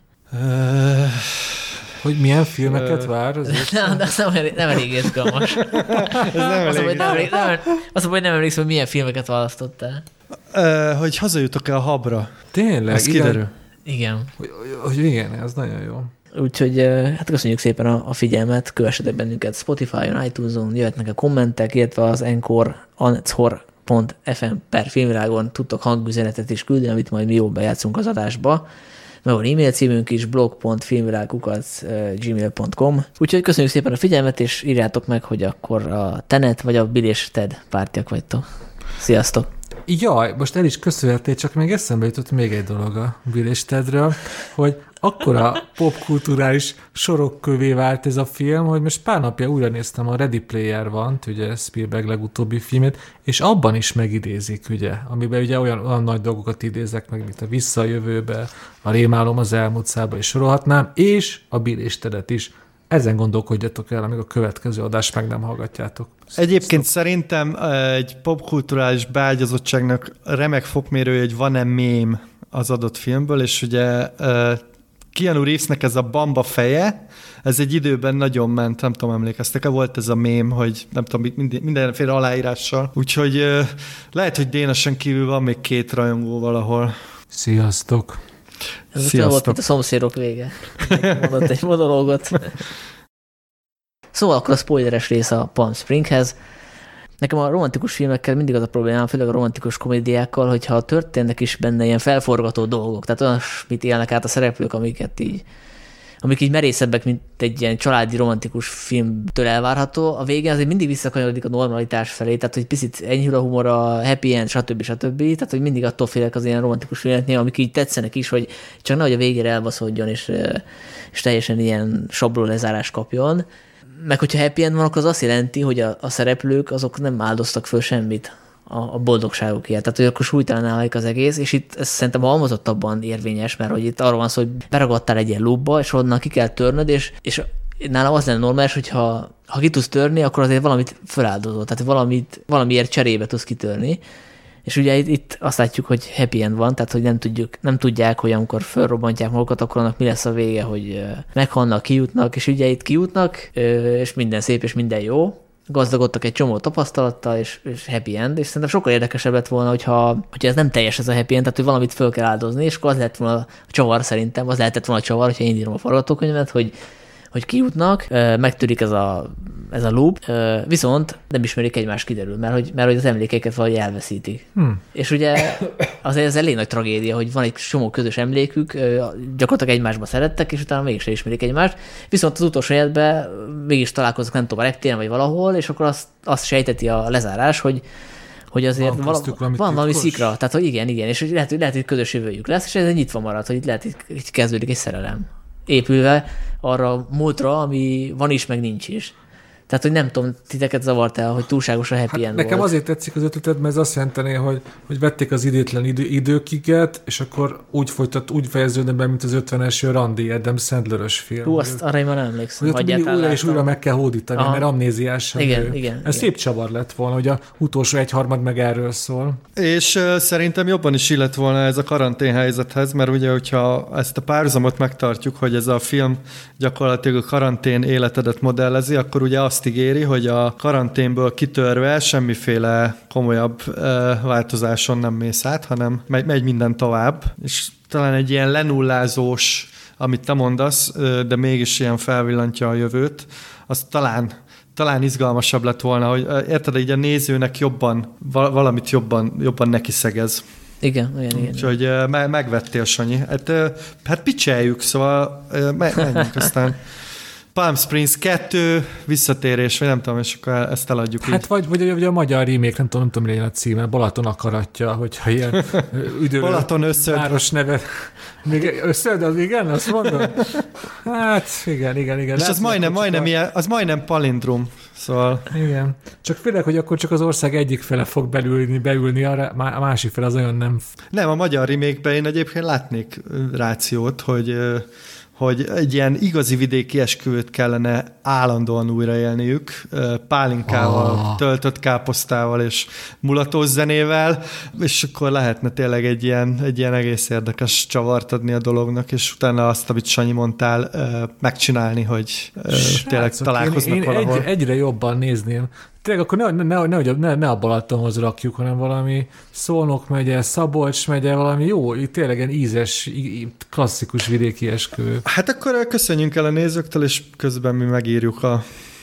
Uh, hogy milyen filmeket uh, vár? Az nem, de az nem, nem elég izgalmas. Ez nem azt elég mondom, hogy nem emlékszem, hogy milyen filmeket választottál. Uh, hogy hazajutok-e a Habra. Tényleg? Ez kiderül. Igen. Hogy, hogy igen, ez nagyon jó. Úgyhogy hát köszönjük szépen a, a figyelmet, kövessetek bennünket Spotify-on, iTunes-on, jöhetnek a kommentek, illetve az Encore anchor pont ef em per filmvilágon tudtok hangüzenetet is küldeni, amit majd mi jól bejátszunk az adásba. Meg van e-mail címünk is, blog pont filmvilág kukac gmail pont com. Úgyhogy köszönjük szépen a figyelmet, és írjátok meg, hogy akkor a Tenet vagy a Bill és Ted pártiak vagytok. Sziasztok! Jaj, most el is köszönhetnél, csak még eszembe jutott még egy dolog a Bill és Tedről, hogy akkora popkulturális sorokkövé vált ez a film, hogy most pár napja újra néztem a Ready Player One-t, ugye Spielberg legutóbbi filmét, és abban is megidézik, ugye, amiben ugye olyan, olyan nagy dolgokat idézek meg, mint a Vissza a jövőbe, a Rémálom az elmúlt szába, és sorolhatnám, és a Bill és Tedet is. Ezen gondolkodjatok el, amíg a következő adást meg nem hallgatjátok. Egyébként szerintem egy popkulturális beágyazottságnak remek fokmérője, hogy van-e mém az adott filmből, és ugye Keanu Reevesnek ez a bamba feje, ez egy időben nagyon ment, nem tudom, emlékeztek-e, volt ez a mém, hogy nem tudom, minden, mindenféle aláírással. Úgyhogy lehet, hogy Dénesen kívül van még két rajongó valahol. Sziasztok! Ez volt, mint a Szomszédok vége. Mondott egy monológot. Szóval akkor a spoileres rész a Palm Springhez. Nekem a romantikus filmekkel mindig az a problémám, főleg a romantikus komédiákkal, hogyha történnek is benne ilyen felforgató dolgok, tehát olyan, mit élnek át a szereplők, amiket így amik így merészebbek, mint egy ilyen családi romantikus filmtől elvárható, a végén azért mindig visszakanyarodik a normalitás felé, tehát hogy picit enyhül a humor, a happy end, stb. stb. Tehát, hogy mindig attól félek az ilyen romantikus filmeknél, amik így tetszenek is, hogy csak nehogy a végére elbaszódjon, és, és teljesen ilyen sabló lezárás kapjon. Meg hogyha happy end van, akkor az azt jelenti, hogy a, a szereplők azok nem áldoztak föl semmit a, a boldogságukért. Tehát, hogy akkor súlytalanná válik az egész, és itt ez szerintem halmozottabban érvényes, mert hogy itt arról van szó, hogy beragadtál egy ilyen loopba, és onnan ki kell törnöd, és, és nálam az lenne normális, hogyha ha ki tudsz törni, akkor azért valamit feláldozol, tehát valamit, valamiért cserébe tudsz kitörni. És ugye itt, itt azt látjuk, hogy happy end van, tehát hogy nem, tudjuk, nem tudják, hogy amikor felrobbantják magukat, akkor annak mi lesz a vége, hogy meghalnak, kijutnak, és ugye itt kijutnak, és minden szép, és minden jó. Gazdagodtak egy csomó tapasztalattal, és, és happy end, és szerintem sokkal érdekesebb lett volna, hogyha, hogyha ez nem teljes ez a happy end, tehát hogy valamit föl kell áldozni, és akkor az lett volna a csavar szerintem, az lehetett volna a csavar, hogyha én írom a forgatókönyvet, hogy hogy kijutnak, megtörik ez a, ez a loop, viszont nem ismerik egymást, kiderül, mert hogy, mert hogy az emlékeket valahogy elveszítik. Hmm. És ugye azért ez elég nagy tragédia, hogy van egy csomó közös emlékük, gyakorlatilag egymásba szerettek, és utána mégsem ismerik egymást, viszont az utolsó életben mégis találkoznak, nem tudom, a reptéren vagy valahol, és akkor azt, azt sejteti a lezárás, hogy hogy azért van, vala, valami, van valami szikra, tehát hogy igen, igen, és hogy lehet, hogy lehet, hogy közös jövőjük lesz, és ez nyitva marad, hogy itt lehet, hogy itt kezdődik egy szerelem. Épülve arra a múltra, ami van is, meg nincs is. Tehát, hogy nem tudom, titeket zavart el, hogy túlságosan happy hát end nekem volt. Azért tetszik az ötleted, mert ez azt jelenteni, hogy, hogy vették az idétlen idő, időkiket, és akkor úgy folytat, úgy fejeződne be, mint az ötvenes Randy Adam Sandler-ös film. Hú, azt arra én már nem emlékszem. Hogy újra láttam. És újra meg kell hódítani, aha, mert amnéziás. Igen, ő. igen. Ez igen. szép csavar lett volna, hogy a utolsó egyharmad meg erről szól. És uh, szerintem jobban is illett volna ez a karanténhelyzethez, mert ugye, hogyha ezt a párhuzamot megtartjuk, hogy ez a film gyakorlatilag a karantén életedet modellezi, akkor ugye azt ígéri, hogy a a karanténből kitörve semmiféle komolyabb uh, változáson nem mész át, hanem megy, megy minden tovább, és talán egy ilyen lenullázós, amit te mondasz, uh, de mégis ilyen felvillantja a jövőt, az talán talán izgalmasabb lett volna, hogy uh, érted, így a nézőnek jobban, val- valamit jobban, jobban neki szegez. Igen, igen, igen. Úgyhogy uh, me- megvettél, Sanyi. Hát, uh, hát picseljük, szóval uh, me- menjünk aztán. Palm Springs kettő, visszatérés, vagy nem tudom, és akkor ezt eladjuk hát így. vagy, vagy, vagy a magyar remake, nem tudom, nem tudom, milyen a címe, Balaton akaratja, hogyha ilyen üdő, Balaton összöd. Város neve. Még összöd, az igen, azt mondom? Hát, igen, igen, igen. És az majdnem, majdnem, ilyen, az majdnem palindrum, szóval. Igen. Csak félek, hogy akkor csak az ország egyik fele fog belülni, beülni, a másik fele az olyan nem. Nem, a magyar remake-ben én egyébként látnék rációt, hogy hogy egy ilyen igazi vidéki esküvőt kellene állandóan újraélniük, pálinkával, oh. töltött káposztával és mulatós zenével, és akkor lehetne tényleg egy ilyen, egy ilyen egész érdekes csavart adni a dolognak, és utána azt, amit Sanyi mondtál, megcsinálni, hogy Srácok, tényleg találkoznak én, én valahol. Egy, egyre jobban nézném. Tényleg akkor ne, ne, ne, ne, ne, ne a Balatonhoz rakjuk, hanem valami Szolnok megye, Szabolcs megye, valami jó, tényleg ilyen ízes, klasszikus vidéki esküvő. Hát akkor köszönjünk el a nézőktől, és közben mi megírjuk a,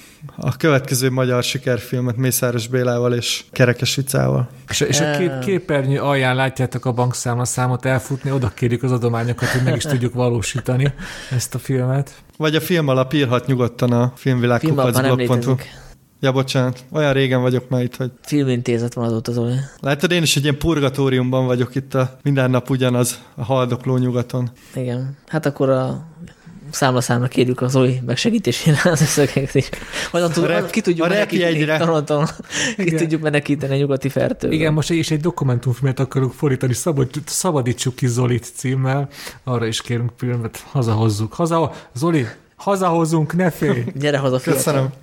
a következő magyar sikerfilmet Mészáros Bélával és Kerekes Vicával. És, és a két képernyő alján látjátok a bankszámlaszámot elfutni, oda kérjük az adományokat, hogy meg is tudjuk valósítani ezt a filmet. Vagy a film alap írhat nyugodtan a filmvilágkukac pont hu. Ja, bocsánat, olyan régen vagyok már itt, hogy... Filmintézet van azóta, Zoli. Látod, én is egy ilyen purgatóriumban vagyok itt, a minden nap ugyanaz a haldokló nyugaton. Igen, hát akkor a számla-számra kérjük az Zoli megsegítésére az összegeket is. Vagy tud, rep, ki tudjuk menekíteni Toronton, ki tudjuk menekíteni a nyugati fertőből. Igen, most is egy dokumentumfilmet akarunk fordítani, szabad, Szabadítsuk ki Zolit címmel, arra is kérünk filmet, hazahozzuk. Haza, Zoli, hazahozunk, ne félj! Gyere haza, fiatal. Köszönöm.